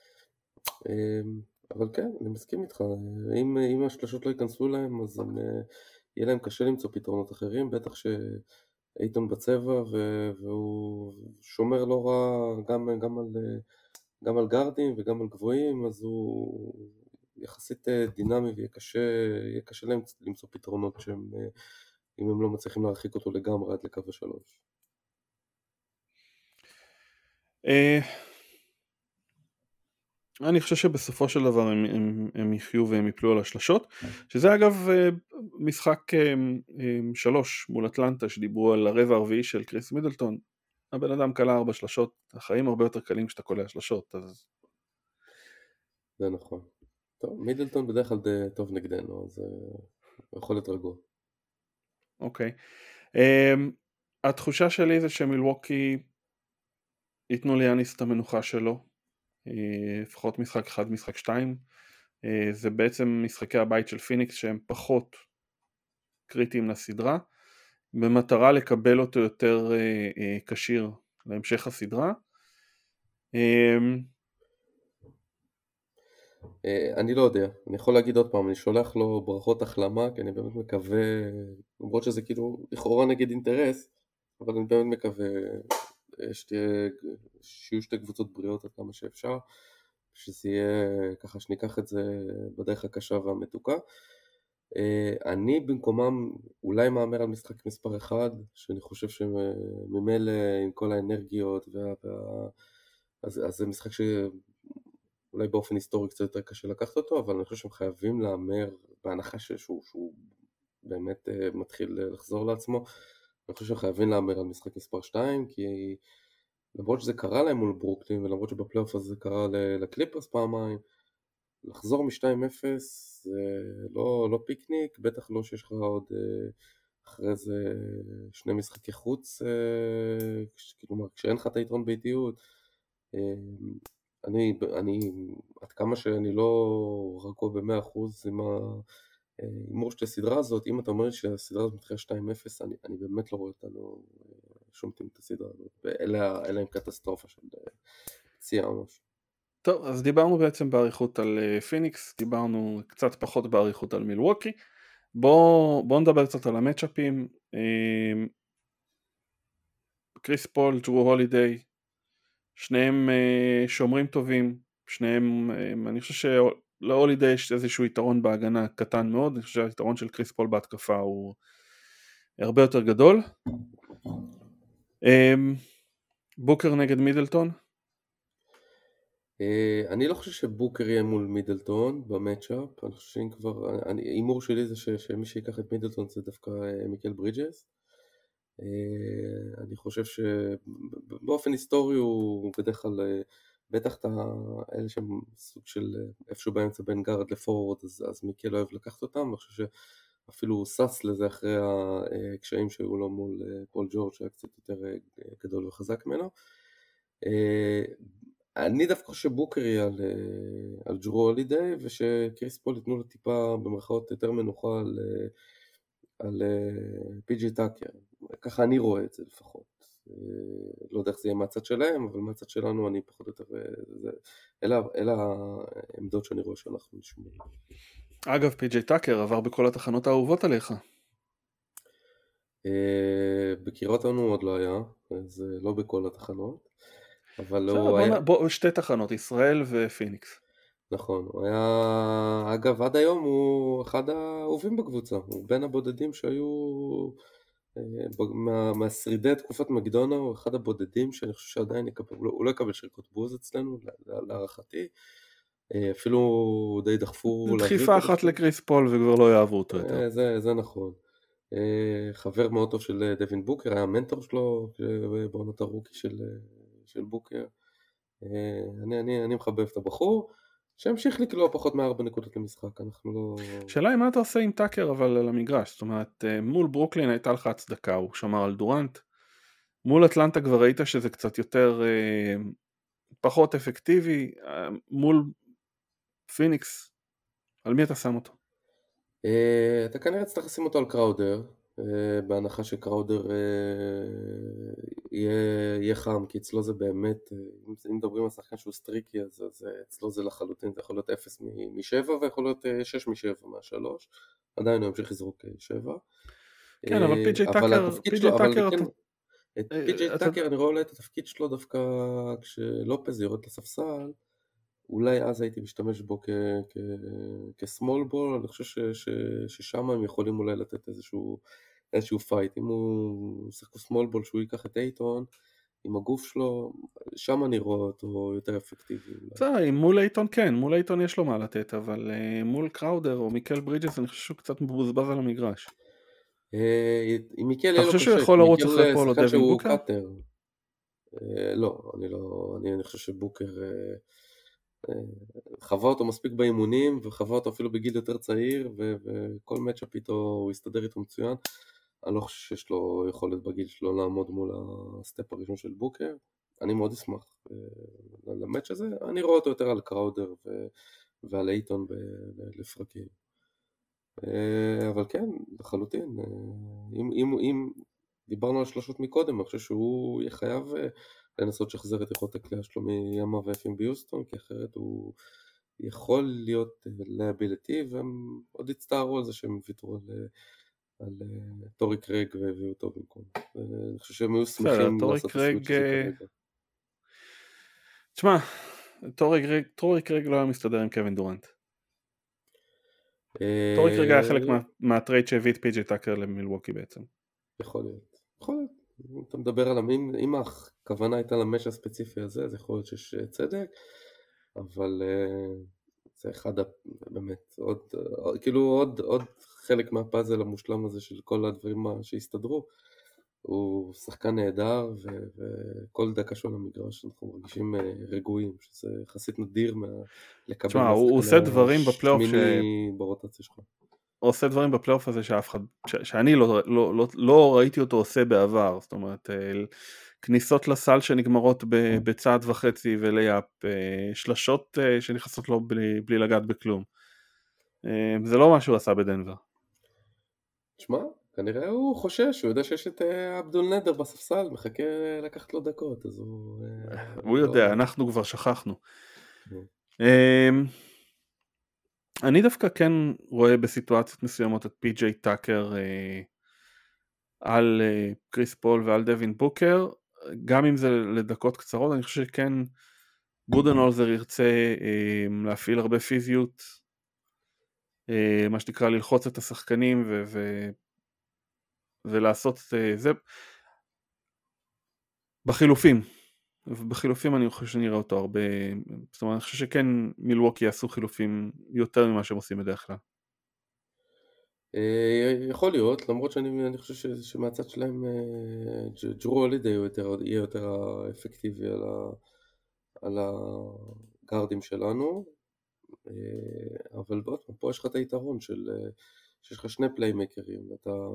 אבל כן, אני מסכים איתך, אם השלשות לא ייכנסו להם, אז יהיה להם קשה למצוא פתרונות אחרים, בטח שאיתון בצבע, והוא שומר לא רע גם על גארדים וגם על גבוהים, אז הוא יחסית דינמי ויהיה קשה להם למצוא פתרונות שהם, אם הם לא מצליחים להרחיק אותו לגמרי עד לקו השלוש. אני חושב שבסופו של דבר הם יחיו והם יפלו על השלשות, שזה אגב משחק 3 מול אטלנטה שדיברו על הרבע הרביעי של קריס מידלטון. הבן אדם קלה 4 שלשות, החיים הרבה יותר קלים כשאתה קולע שלשות, אז... זה נכון. טוב, מידלטון בדרך כלל די טוב נגדנו, אז יכול להיות רגוע. אוקיי. התחושה שלי זה שמילווקי ייתנו ליאניס את המנוחה שלו, לפחות משחק 1, משחק 2. זה בעצם משחקי הבית של פיניקס שהם פחות קריטיים לסדרה, במטרה לקבל אותו יותר קשיר להמשך הסדרה. אני לא יודע, אני יכול להגיד עוד פעם, אני שולח לו ברכות החלמה, כי אני באמת מקווה, למרות שזה כאילו לכאורה נגד אינטרס, אבל אני באמת מקווה שיהיו שתי קבוצות בריאות עד כמה שאפשר, שזה יהיה ככה שניקח את זה בדרך הקשה והמתוקה. אני במקומם אולי מאמר על משחק מספר 1, שאני חושב שממילא עם כל האנרגיות אז זה משחק שאולי באופן היסטורי קצת יותר קשה לקחת אותו, אבל אני חושב שהם חייבים לאמר בהנחה שהוא באמת מתחיל לחזור לעצמו. אני חושב שהם חייבים לאמר על משחק מספר 2, כי למרות שזה קרה להם מול ברוקלין, ולמרות שבפלייאוף הזה זה קרה לקליפרס פעמיים, לחזור מ-2-0 זה לא פיקניק, בטח לא שיש לך עוד אחרי זה 2 משחקי חוץ, כלומר כשאין לך את היתרון ביתיות. אני עד כמה שאני לא רגוע ב-100% עם האימור של הסדרה הזאת, אם אתה אומר שהסדרה הזאת מתחילה 2-0, אני באמת לא רואה אותנו שומטים את הסדרה הזאת, אלא עם קטסטרופה של פציעה או משהו. טוב, אז דיברנו בעצם באריכות על פיניקס, דיברנו קצת פחות באריכות על מילווקי. בואו נדבר קצת על המאצ'אפים. קריס פול, ג'רו הולידיי, שניהם שומרים טובים, שניהם, אני חושב שלהולידיי יש איזשהו יתרון בהגנה קטן מאוד, אני חושב שהיתרון של קריס פול בהתקפה הוא הרבה יותר גדול. בוקר נגד מידלטון? אני לא חושב שבוקר יהיה מול מידלטון במאצ'אפ, אני חושב שאם כבר, האימור שלי זה שמי שיקח את מידלטון זה דווקא מיקל ברידג'ס. אני חושב שבאופן היסטורי הוא בדרך כלל, בטח את אלה שהם סוג של איפשהו באמצע בין גארד לפורוורד, אז מיקל אוהב לקחת אותם, אני חושב שאפילו הוא סס לזה אחרי הקשיים שהיו לו מול פול ג'ורג' שהיה קצת יותר גדול וחזק ממנו. אני דווקא חושב שבוקר יהיה על ג'רו הולידיי, ושקריס פול יתנו לו טיפה במרכאות יותר מנוחה על פי.ג'י טאקר. ככה אני רואה את זה לפחות. לא יודע איך זה יהיה מהצד שלהם, אבל מהצד שלנו אני פחות או יותר, אלה העמדות שאני רואה שאנחנו נשמור. אגב, פי.ג'י טאקר עבר בכל התחנות האהובות עליך. בקירות לנו עוד לא היה, זה לא בכל התחנות, אבל הוא היה... שתי תחנות, ישראל ופיניקס. נכון, הוא היה, אגב עד היום הוא אחד האהובים בקבוצה, הוא בין הבודדים שהיו, מהשרידי תקופת מקדונה, הוא אחד הבודדים שאני חושב שעדיין יקבל, הוא לא יקבל שריקות בוז אצלנו, להערכתי, אפילו די דחפו דחיפה אחת לקריס פול וכבר לא יאהבו אותו יותר. זה נכון. חבר מאוד טוב של דווין בוקר, היה המנטור שלו בעונת הרוקי של בוקר. אני מחבב את הבחור, שהמשיך לקלוע פחות מ4 נקודות למשחק, אנחנו לא... שאלה היא מה אתה עושה עם טאקר אבל על המגרש, זאת אומרת מול ברוקלין הייתה לך הצדקה, הוא שמר על דורנט, מול אטלנטה כבר ראית שזה קצת יותר פחות אפקטיבי, מול פיניקס, על מי אתה שם אותו? אתה כנראה צריך לשים אותו על קראודר, בהנחה שקראודר יהיה חם, כי אצלו זה באמת, אם מדברים על שחקן שהוא סטריקי, אז אצלו זה לחלוטין, זה יכול להיות 0 מ-7 ויכול להיות 6 מ-7 מה-3, עדיין הוא ימשיך לזרוק 7. כן, אבל פי.ג'יי אבל טאקר, התפקיד פי.ג'יי שלו, אבל טאקר, כן, את פי.ג'יי אתה, טאקר אני רואה אולי את התפקיד שלו דווקא כשלופז יורד לספסל, אולי אז הייתי משתמש בו כסמול בול, אני חושב ששם הם יכולים אולי לתת איזשהו פייט, אם הוא שחקו סמול בול שהוא ייקח את אייטון עם הגוף שלו, שם אני רואה אותו יותר אפקטיבי אולי. בסדר, מול אייטון כן, מול אייטון יש לו מה לתת, אבל מול קראודר או מיקל ברידג'ס אני חושב שהוא קצת מבוזבז על המגרש. עם מיקל אתה יהיה לו חושב שהוא קשה, כי יכול לרוץ אחרי מיקל פול או שחקן דווין שהוא בוקר? קאטר. לא, אני חושב שבוקר חווה אותו מספיק באימונים, וחווה אותו אפילו בגיל יותר צעיר, וכל מצ'אפ איתו הוא יסתדר איתו מצוין. אני לא חושב שיש לו יכולת בגיל שלו לעמוד מול הסטפ הראשון של בוקר. אני מאוד אשמח למאץ' הזה. אני רואה אותו יותר על קראודר ועל אייטון לפרקים. אבל כן, לחלוטין. אם דיברנו על שלושות מקודם, אני חושב שהוא יהיה חייב לנסות לשחזר את יכולת הקליעה שלו מימה ויפים ביוסטון, כי אחרת הוא יכול להיות ליאביליטי, והם עוד הצטערו על זה שהם ויתרו על טורי קרייג והביאו אותו במקום. אני חושב שהם היו בסדר, שמחים טורי לעשות את הסוויץ' קרייג, הזה כרגע. תשמע, טורי קרייג לא היה מסתדר עם קווין דורנט. טורי קרייג היה חלק מהטרייד שהביא את פי.ג'יי טאקר למילווקי בעצם. יכול להיות. אם אתה מדבר על אם הכוונה הייתה למש הספציפי הזה, אז יכול להיות שיש צדק, אבל זה אחד, באמת, עוד חלק מהפאזל המושלם הזה של כל הדברים שהסתדרו. הוא שחקן נהדר, וכל דקה שהוא על המגרש אנחנו מרגישים רגועים, שזה יחסית נדיר לקבל תשמע, הוא מהשחקן עושה דברים בפלייאוף השמיני ברוטציה שלך. הוא עושה דברים בפלייאוף הזה שאני לא ראיתי אותו עושה בעבר, זאת אומרת, כניסות לסל שנגמרות בצעד וחצי ולייפ, שלשות שנכנסות לו בלי לגעת בכלום. זה לא מה שהוא עשה בדנבר. תשמע, כנראה הוא חושש, הוא יודע שיש את אבדול נדר בספסל, מחכה לקחת לו דקות, אז הוא יודע, אנחנו כבר שכחנו. כן. אני דווקא כן רואה בסיטואציות מסוימות את פי.ג'יי טאקר על קריס פול ועל דווין בוקר, גם אם זה לדקות קצרות. אני חושב שכן בודנהולזר ירצה להפעיל הרבה פיזיות, מה שנקרא ללחוץ את השחקנים ולעשות זה בחילופים אני חושב שנראה אותו הרבה. זאת אומרת, אני חושב שכן מילווקי יעשו חילופים יותר ממה שהם עושים בדרך כלל. יכול להיות, למרות שאני חושב שמהצד שלהם ג'רו הולידי יהיה יותר אפקטיבי על הגארדים שלנו, אבל פה יש לך את היתרון שיש לך שני פליימקרים.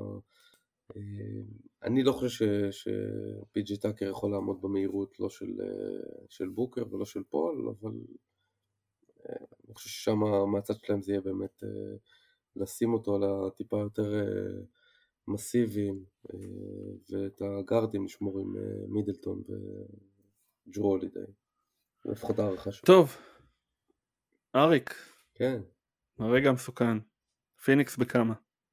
אני לא חושב שפי.ג'יי טאקר יכול לעמוד במהירות לא של בוקר ולא של פול, אבל אני חושב ששם מהצד שלהם זה יהיה באמת לשים אותו על הטיפה יותר מסיביים, ואת הגארדים לשמור עם מידלטון וג'רו הולידי, לפחות הערכה שלו. טוב, אריק, כן. הרגע המסוכן, פיניקס בכמה?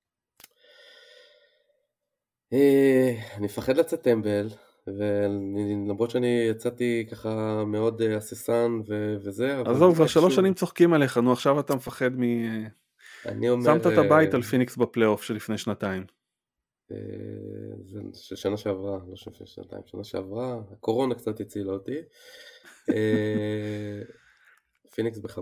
אני מפחד לצאת טמבל, ולמרות שאני יצאתי ככה מאוד הססן וזה, אבל עזוב, כבר איכשהו 3 שנים צוחקים עליך, נו עכשיו אתה מפחד אני אומר, שמת את הבית על פיניקס בפלייאוף שלפני 2 זה שנה שעברה, לא חושב שנתיים, שנה שעברה, הקורונה קצת הצילה אותי. פיניקס ב5.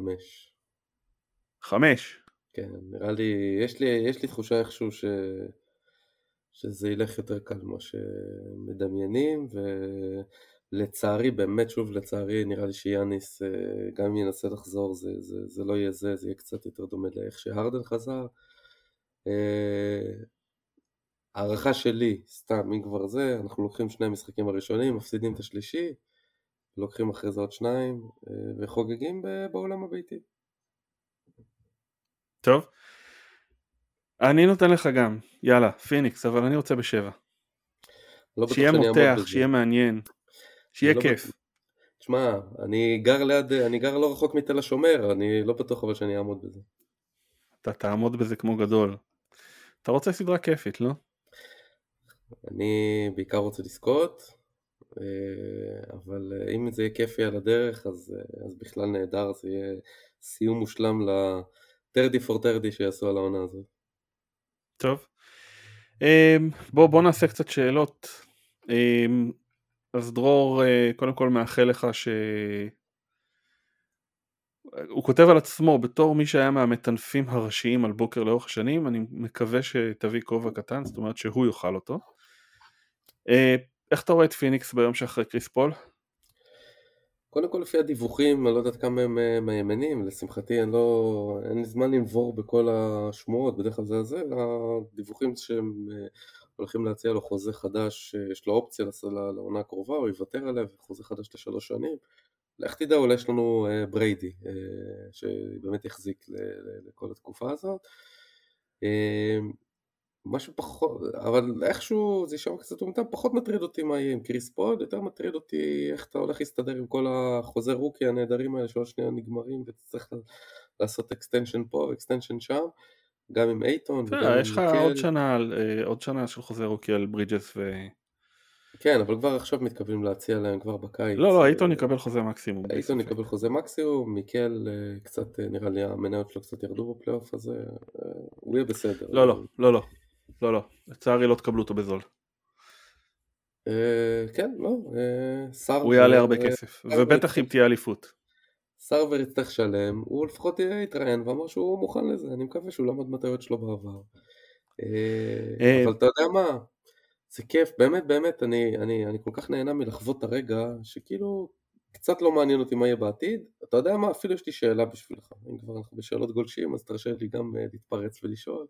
5? כן, נראה לי, יש לי תחושה איכשהו שזה ילך יותר קל ממה שמדמיינים, ולצערי, באמת שוב לצערי, נראה לי שיאניס גם אם ינסה לחזור, זה לא יהיה זה יהיה קצת יותר דומה לאיך שהרדן חזר. הערכה שלי, סתם, אם כבר זה, אנחנו לוקחים 2 המשחקים הראשונים, מפסידים את השלישי, לוקחים אחרי זה עוד 2, וחוגגים בעולם הביתי. טוב, אני נותן לך גם, יאללה, פיניקס, אבל אני רוצה ב7. לא בטוח שיהיה שאני אעמוד מותח, בזה. שיהיה מעניין, אני שיהיה לא בטוח. כיף. תשמע, אני גר לא רחוק מתל השומר, אני לא בטוח אבל שאני אעמוד בזה. אתה תעמוד בזה כמו גדול. אתה רוצה סדרה כיפית, לא? אני בעיקר רוצה לזכות, אבל אם זה יהיה כיפי על הדרך, אז בכלל נהדר, זה יהיה סיום מושלם ל-30 for 30 שיעשו על העונה הזאת. טוב. בוא נעשה קצת שאלות. אז דרור, קודם כל מאחל לך הוא כותב על עצמו בתור מי שהיה מהמטנפים הראשיים על בוקר לאורך השנים, אני מקווה שתביא כובע קטן, זאת אומרת שהוא יאכל אותו. איך אתה רואה את פיניקס ביום שאחרי קריס פול? קודם כל לפי הדיווחים, אני לא יודעת כמה הם מהימנים, לשמחתי אין לי זמן לנבור בכל השמועות, בדרך כלל זה, הדיווחים שהם הולכים להציע לו חוזה חדש, יש לו אופציה לעונה הקרובה, הוא יוותר עליה, חוזה חדש ל3 שנים, לך תדע, אולי יש לנו בריידי, שבאמת יחזיק לכל התקופה הזאת. משהו פחות, אבל איכשהו זה יישאר קצת אומתם, פחות מטריד אותי מה יהיה עם קריס פול, יותר מטריד אותי איך אתה הולך להסתדר עם כל החוזה רוקי הנהדרים האלה שעוד שנייה נגמרים ותצטרך לעשות אקסטנשן פה ואקסטנשן שם, גם עם אייטון וגם יש עם לך מיקל. עוד שנה של חוזה רוקי על ברידג'ס כן, אבל כבר עכשיו מתכוונים להציע להם כבר בקיץ. לא, אייטון יקבל חוזה מקסימום בלי אייטון ספק. יקבל חוזה מקסימום, מיקל קצת נראה לי המניות שלו קצת ירדו בפלייאוף הזה, הוא יהיה בסדר. לא, לצערי לא תקבלו אותו בזול. כן, לא, סרבר, הוא יעלה הרבה כסף, ובטח אם תהיה אליפות. סרבר יצטרך שלם, הוא לפחות התראיין ואמר שהוא מוכן לזה, אני מקווה שהוא למד מטעויות שלו בעבר. אבל אתה יודע מה, זה כיף, באמת באמת, אני כל כך נהנה מלחוות את הרגע, שכאילו קצת לא מעניין אותי מה יהיה בעתיד. אתה יודע מה, אפילו יש לי שאלה בשבילך, אם כבר אנחנו בשאלות גולשים, אז תרשה לי גם להתפרץ ולשאול.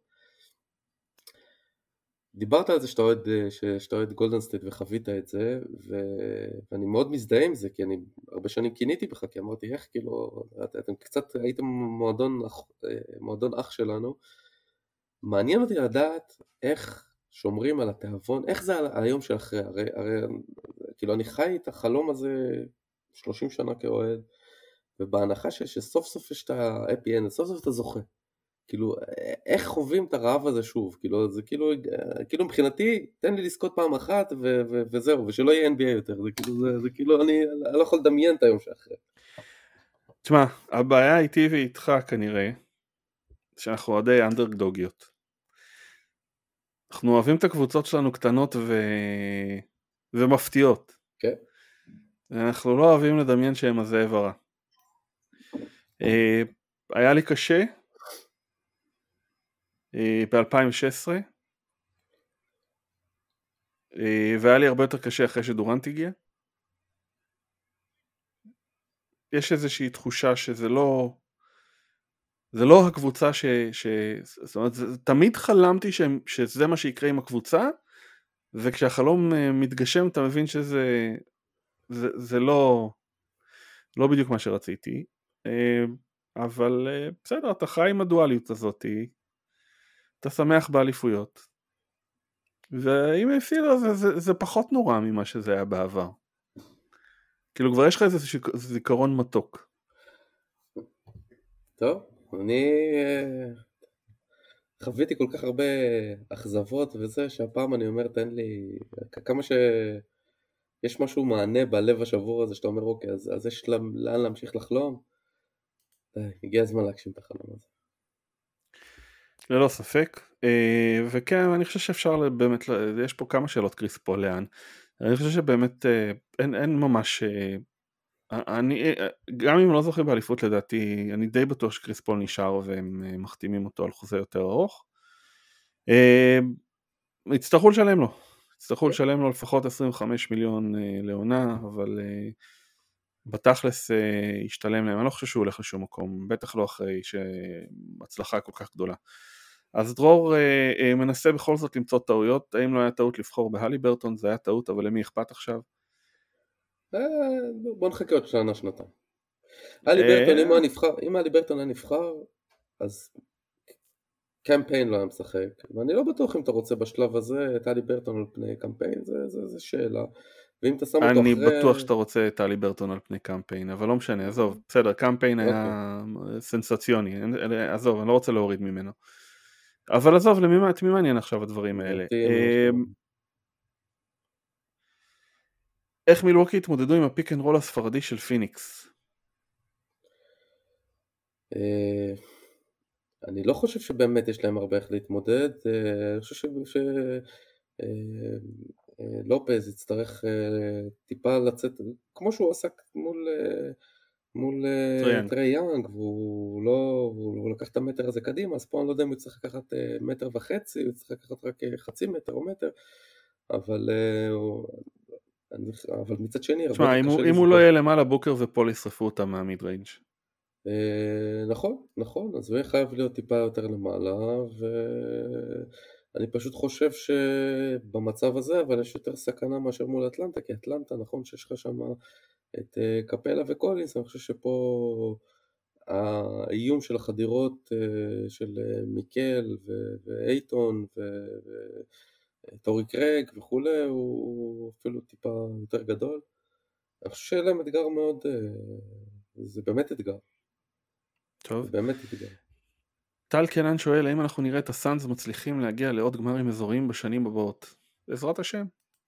דיברת על זה שאתה אוהד גולדן סטייט וחווית את זה, ואני מאוד מזדהה עם זה, כי אני הרבה שנים כיניתי בך, כי אמרתי איך, כאילו, אתם קצת הייתם מועדון אח שלנו. מעניין אותי לדעת איך שומרים על התיאבון, איך זה היום שאחרי, הרי כאילו אני חי את החלום הזה 30 שנה כאוהד, ובהנחה שסוף סוף יש את ה-happy end, סוף סוף אתה זוכה. כאילו, איך חווים את הרעב הזה שוב? כאילו, זה כאילו מבחינתי, תן לי לזכות פעם אחת וזהו, ושלא יהיה NBA יותר. זה כאילו, אני לא יכול לדמיין את היום שאחרי. תשמע, הבעיה איתי ואיתך כנראה, שאנחנו אוהדי אנדרדוגיות. אנחנו אוהבים את הקבוצות שלנו קטנות ומפתיעות. כן. אנחנו לא אוהבים לדמיין שהם הזאב הרע. היה לי קשה ב-2016, והיה לי הרבה יותר קשה אחרי שדורנט הגיע. יש איזושהי תחושה שזה לא הקבוצה זאת אומרת, תמיד חלמתי שזה מה שיקרה עם הקבוצה, וכשהחלום מתגשם אתה מבין זה לא בדיוק מה שרציתי, אבל בסדר, אתה חי עם הדואליות הזאת, אתה שמח באליפויות, ואם הפסידו זה פחות נורא ממה שזה היה בעבר, כאילו כבר יש לך איזה זיכרון מתוק. טוב, אני חוויתי כל כך הרבה אכזבות וזה, שהפעם אני אומר, תן לי, כמה שיש משהו מענה בלב השבור הזה, שאתה אומר, אוקיי, אז יש לאן להמשיך לחלום, הגיע הזמן להגשים את החלום הזה. ללא ספק, וכן, אני חושב שאפשר באמת, יש פה כמה שאלות קריס פול לאן, אני חושב שבאמת אין ממש, גם אם לא זוכים באליפות לדעתי, אני די בטוח שקריס פול נשאר והם מחתימים אותו על חוזה יותר ארוך. יצטרכו לשלם לו לפחות 25 מיליון לעונה, אבל בתכלס ישתלם להם, אני לא חושב שהוא הולך לשום מקום, בטח לא אחרי שהצלחה כל כך גדולה. אז דרור מנסה בכל זאת למצוא טעויות, האם לא היה טעות לבחור בהליברטון, זה היה טעות, אבל למי אכפת עכשיו? בוא נחכה עוד שנה, שנתיים. אם הליברטון היה נבחר, אז קמפיין לא היה משחק, ואני לא בטוח אם אתה רוצה בשלב הזה את טלי ברטון על פני קמפיין, זה שאלה, ואם אתה שם אותו אני אחרי... בטוח שאתה רוצה את טלי ברטון על פני קמפיין, אבל לא משנה, עזוב, בסדר, קמפיין אוקיי, היה סנסציוני, עזוב, אני לא רוצה להוריד ממנו. אבל עזוב, את מי מעניין עכשיו הדברים האלה? אותי ממש לא. איך מילווקי התמודדו עם הפיק אנד רול הספרדי של פיניקס? אני לא חושב שבאמת יש להם הרבה איך להתמודד, אני חושב לופז יצטרך טיפה לצאת, כמו שהוא עשה מול טריאנג. טרי יאנג, והוא לקח את המטר הזה קדימה, אז פה אני לא יודע אם הוא צריך לקחת 1.5 מטר, הוא צריך לקחת רק חצי מטר או מטר, אבל מצד שני הרבה תשמע, יותר קשה אם הוא לא לסגור. יהיה למעלה, בוקר ופול ישרפו אותם מהמיד ריינג'. נכון, אז הוא יהיה חייב להיות טיפה יותר למעלה, ואני פשוט חושב שבמצב הזה, אבל יש יותר סכנה מאשר מול אטלנטה, כי אטלנטה, נכון שיש לך שם את קפלה וקולינס, אני חושב שפה האיום של החדירות של מיקל ואייטון וטורי קרייג וכולי, הוא אפילו טיפה יותר גדול. אני חושב שיהיה להם אתגר מאוד, זה באמת אתגר. טוב. זה באמת אתגר. טל קנן שואל, האם אנחנו נראה את הסאנז מצליחים להגיע לעוד גמרים אזוריים בשנים הבאות? בעזרת השם.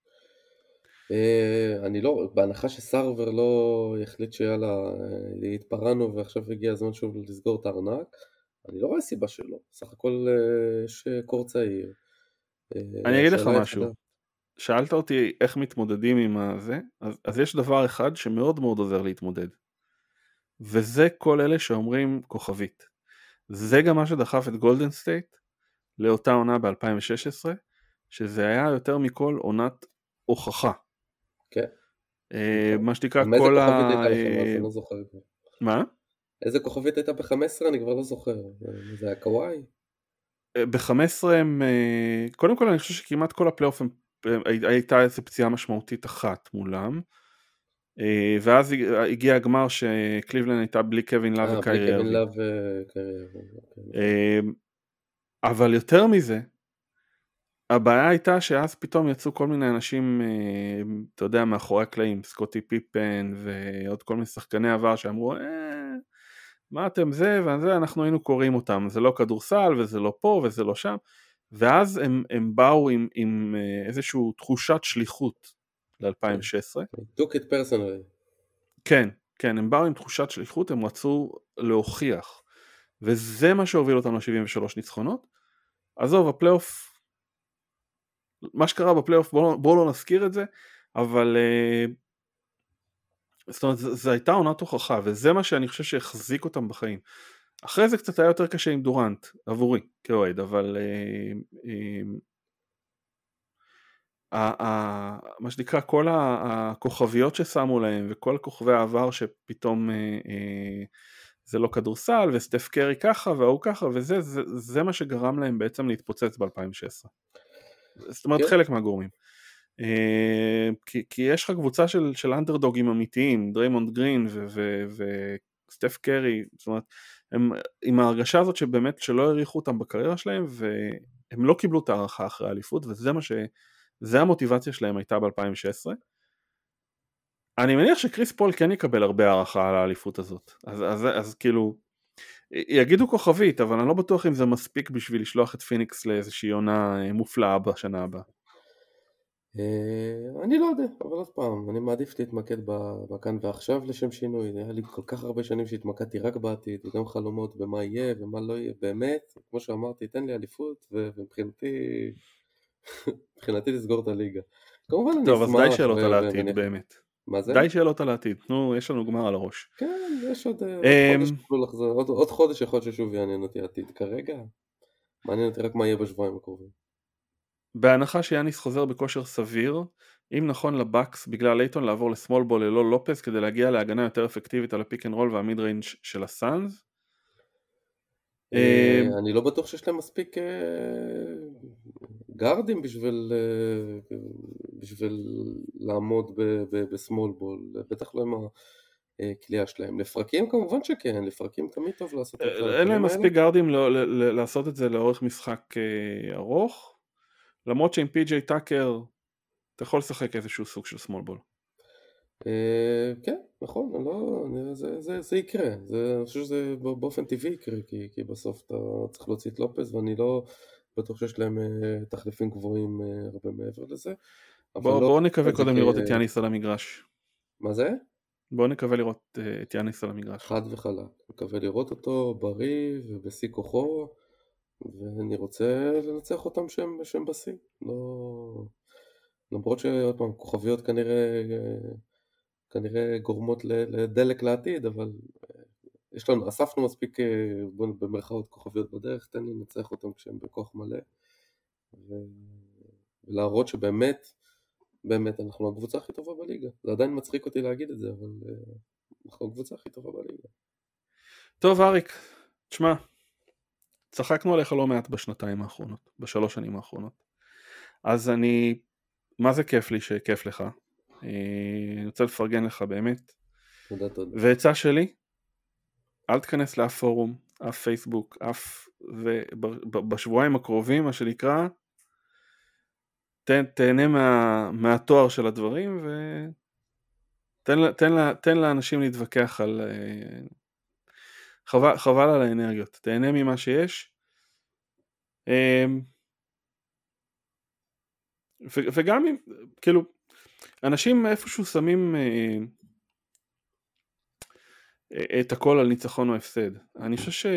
אני לא, בהנחה שסרבר לא יחליט שיאללה, התפרענו ועכשיו הגיע הזמן שוב לסגור את הארנק, אני לא רואה סיבה שלא. סך הכל יש קור צעיר. אני אגיד לך השאלה משהו. היחידה. שאלת אותי איך מתמודדים עם הזה, אז יש דבר אחד שמאוד מאוד עוזר להתמודד. וזה כל אלה שאומרים כוכבית. זה גם מה שדחף את גולדן סטייט לאותה עונה ב-2016, שזה היה יותר מכל עונת הוכחה. כן. מה שנקרא גם איזה כל כוכבית הייתה לכם אז, אני לא זוכר כבר. מה? איזה כוכבית הייתה ב-15? אני כבר לא זוכר. זה היה קוואי? ב-15 הם, קודם כל אני חושב שכמעט כל הפלייאוף הייתה איזו פציעה משמעותית אחת מולם, ואז הגיע הגמר שקליבלנד הייתה בלי קווין לאב בלי וקיירי קווין ארווינג. לאב וקיירי ארווינג. אבל יותר מזה, הבעיה הייתה שאז פתאום יצאו כל מיני אנשים, אתה יודע, מאחורי הקלעים, סקוטי פיפן ועוד כל מיני שחקני עבר שאמרו, מה אתם זה וזה, אנחנו היינו קוראים אותם, זה לא כדורסל וזה לא פה וזה לא שם, ואז הם באו עם איזושהי תחושת שליחות ל-2016. took it personally. כן, כן, הם באו עם תחושת שליחות, הם רצו להוכיח, וזה מה שהוביל אותם ל-73 ניצחונות. עזוב, הפלייאוף, מה שקרה בפלייאוף, בואו לא נזכיר את זה, אבל זאת אומרת, זו הייתה עונת הוכחה, וזה מה שאני חושב שהחזיק אותם בחיים. אחרי זה קצת היה יותר קשה עם דורנט, עבורי, כאוהד, אבל מה שנקרא, כל הכוכביות ששמו להם, וכל כוכבי העבר שפתאום זה לא כדורסל, וסטף קרי ככה, והוא ככה, זה מה שגרם להם בעצם להתפוצץ ב-2016. זאת אומרת, כן. חלק מהגורמים. כי יש לך קבוצה של אנדרדוגים אמיתיים, דריימונד גרין וסטף קרי, זאת אומרת, הם עם ההרגשה הזאת שבאמת שלא העריכו אותם בקריירה שלהם, והם לא קיבלו את הערכה אחרי האליפות, זה המוטיבציה שלהם הייתה ב-2016. אני מניח שקריס פול כן יקבל הרבה הערכה על האליפות הזאת, אז כאילו, יגידו כוכבית, אבל אני לא בטוח אם זה מספיק בשביל לשלוח את פיניקס לאיזושהי עונה מופלאה בשנה הבאה. אני לא יודע, אבל עוד פעם, אני מעדיף להתמקד בכאן ועכשיו לשם שינוי. היה לי כל כך הרבה שנים שהתמקדתי רק בעתיד, וגם חלומות במה יהיה ומה לא יהיה. באמת, כמו שאמרתי, תן לי אליפות, ומבחינתי לסגור את הליגה. כמובן אני טוב, אז די אשמח שאלות על העתיד, באמת. מה זה? די שאלות על העתיד, נו, יש לנו גמר על הראש. כן, יש עוד חודש יוכלו לחזור, עוד חודש יכול ששוב יעניין אותי העתיד. כרגע, מעניין אותי רק מה יהיה בשבועיים הקרובים. בהנחה שיאניס חוזר בכושר סביר, אם נכון לבקס בגלל לייטון לעבור לסמול בול ללא לופס כדי להגיע להגנה יותר אפקטיבית על הפיק אנד רול והמיד ריינג' של הסאנז. אני לא בטוח שיש להם מספיק גארדים בשביל לעמוד בסמול בול, בטח לא עם כלייה שלהם. לפרקים כמובן שכן, לפרקים תמיד טוב לעשות את אין הדברים להם האלה. מספיק גארדים לעשות את זה לאורך משחק ארוך, למרות שעם פי.ג'יי טאקר אתה יכול לשחק איזשהו סוג של small ball. כן, נכון, זה יקרה, אני חושב שזה באופן טבעי יקרה, כי בסוף אתה צריך להוציא את לופס, ואני לא בטוח שיש להם תחליפים גבוהים הרבה מעבר לזה. בואו נקווה קודם לראות את יאניס על המגרש. מה זה? בואו נקווה לראות את יאניס על המגרש. חד וחלק, מקווה לראות אותו בריא ובשיא כוחו, ואני רוצה לנצח אותם שהם בשיא. למרות שעוד פעם, כוכביות כנראה גורמות לדלק לעתיד, אבל אספנו מספיק במרכאות כוכביות בדרך, תן לי לנצח אותם כשהם בכוח מלא, ולהראות שבאמת, באמת אנחנו הקבוצה הכי טובה בליגה. זה עדיין מצחיק אותי להגיד את זה, אבל אנחנו הקבוצה הכי טובה בליגה. טוב אריק, תשמע, צחקנו עליך לא מעט בשנתיים האחרונות, בשלוש שנים האחרונות, אז מה זה כיף לי שכיף לך, אני רוצה לפרגן לך באמת. תודה. ועצה שלי, אל תכנס לאף פורום, אף פייסבוק, ובשבועיים הקרובים, מה שנקרא, תהנה מהתואר של הדברים, ותן לאנשים להתווכח על, חבל על האנרגיות, תהנה ממה שיש, וגם אם, כאילו, אנשים איפשהו שמים את הכל על ניצחון או הפסד. אני חושב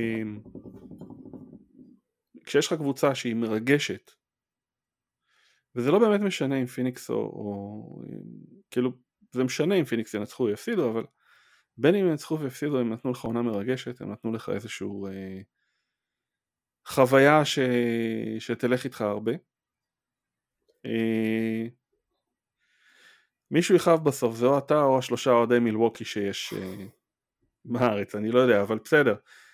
כשיש לך קבוצה שהיא מרגשת, וזה לא באמת משנה אם פיניקס או כאילו, זה משנה אם פיניקס ינצחו או יפסידו, אבל בין אם ינצחו ויפסידו, הם נתנו לך עונה מרגשת, הם נתנו לך איזשהו חוויה שתלך איתך הרבה. מישהו יחב בסוף, זה או אתה או השלושה אוהדי מילווקי שיש בארץ, אני לא יודע, אבל בסדר.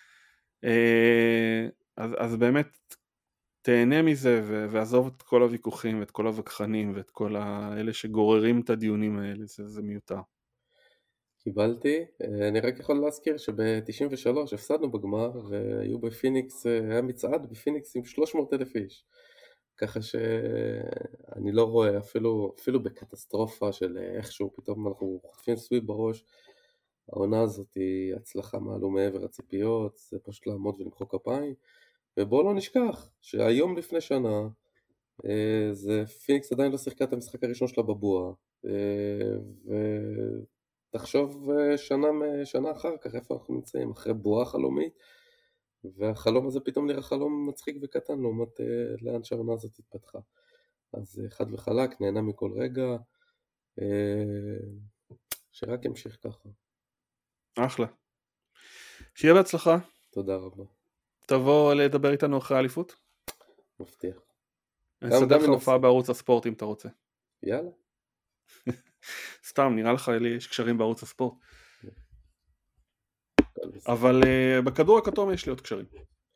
אז באמת תהנה מזה ועזוב את כל הוויכוחים ואת כל הווכחנים ואת כל האלה שגוררים את הדיונים האלה, זה מיותר. קיבלתי, אני רק יכול להזכיר שב-93 הפסדנו בגמר והיו בפיניקס, היה מצעד בפיניקס עם 300,000 איש, ככה שאני לא רואה אפילו בקטסטרופה של איכשהו פתאום אנחנו חוטפים סוויפ בראש. העונה הזאת היא הצלחה מעל ומעבר הציפיות, זה פשוט לעמוד ולמחוא כפיים, ובואו לא נשכח שהיום לפני שנה זה פיניקס עדיין לא שיחקה את המשחק הראשון שלה בבועה, ותחשוב שנה אחר כך איפה אנחנו נמצאים, אחרי בועה חלומית, והחלום הזה פתאום נראה חלום מצחיק וקטן לעומת לאן שהעונה הזאת התפתחה. אז חד וחלק, נהנה מכל רגע, שרק ימשיך ככה. אחלה. שיהיה בהצלחה. תודה רבה. תבוא לדבר איתנו אחרי האליפות? מבטיח. אני אסדר לך הופעה בערוץ הספורט אם אתה רוצה. יאללה. סתם, נראה לך לי יש קשרים בערוץ הספורט. אבל בכדור הכתום יש לי עוד קשרים.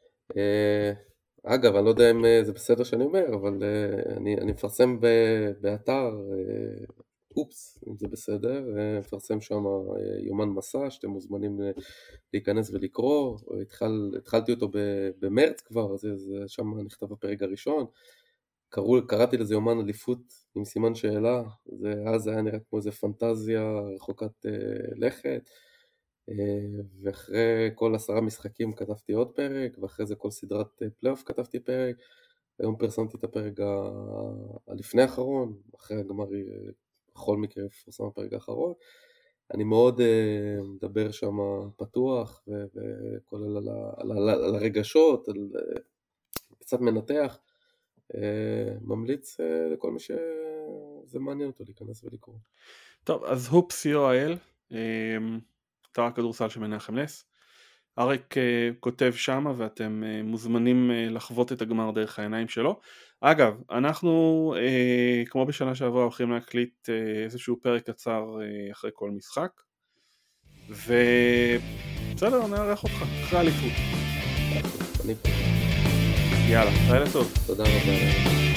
אגב, אני לא יודע אם זה בסדר שאני אומר, אבל אני מפרסם באתר אופס, אם זה בסדר, מפרסם שם יומן מסע שאתם מוזמנים להיכנס ולקרוא. התחלתי אותו במרץ כבר, אז שם נכתב הפרק הראשון, קראתי לזה יומן אליפות עם סימן שאלה, אז זה היה נראה כמו איזה פנטזיה רחוקת לכת, ואחרי כל 10 משחקים כתבתי עוד פרק, ואחרי זה כל סדרת פלייאוף כתבתי פרק. היום פרסמתי את הפרק הלפני האחרון, אחרי הגמר בכל מקרה פרסם הפרק האחרון. אני מאוד מדבר שם פתוח, וכולל על הרגשות, קצת מנתח, ממליץ לכל מי שזה מעניין אותו להיכנס ולקרוא. טוב, אז הופס co.il, אתר הכדורסל של מנחם נס. אריק כותב שמה ואתם מוזמנים לחוות את הגמר דרך העיניים שלו. אגב, אנחנו כמו בשנה שעברה הולכים להקליט איזשהו פרק קצר אחרי כל משחק, ובסדר, נערך אותך אחרי האליפות. אני פה. יאללה, לילה טוב. תודה רבה.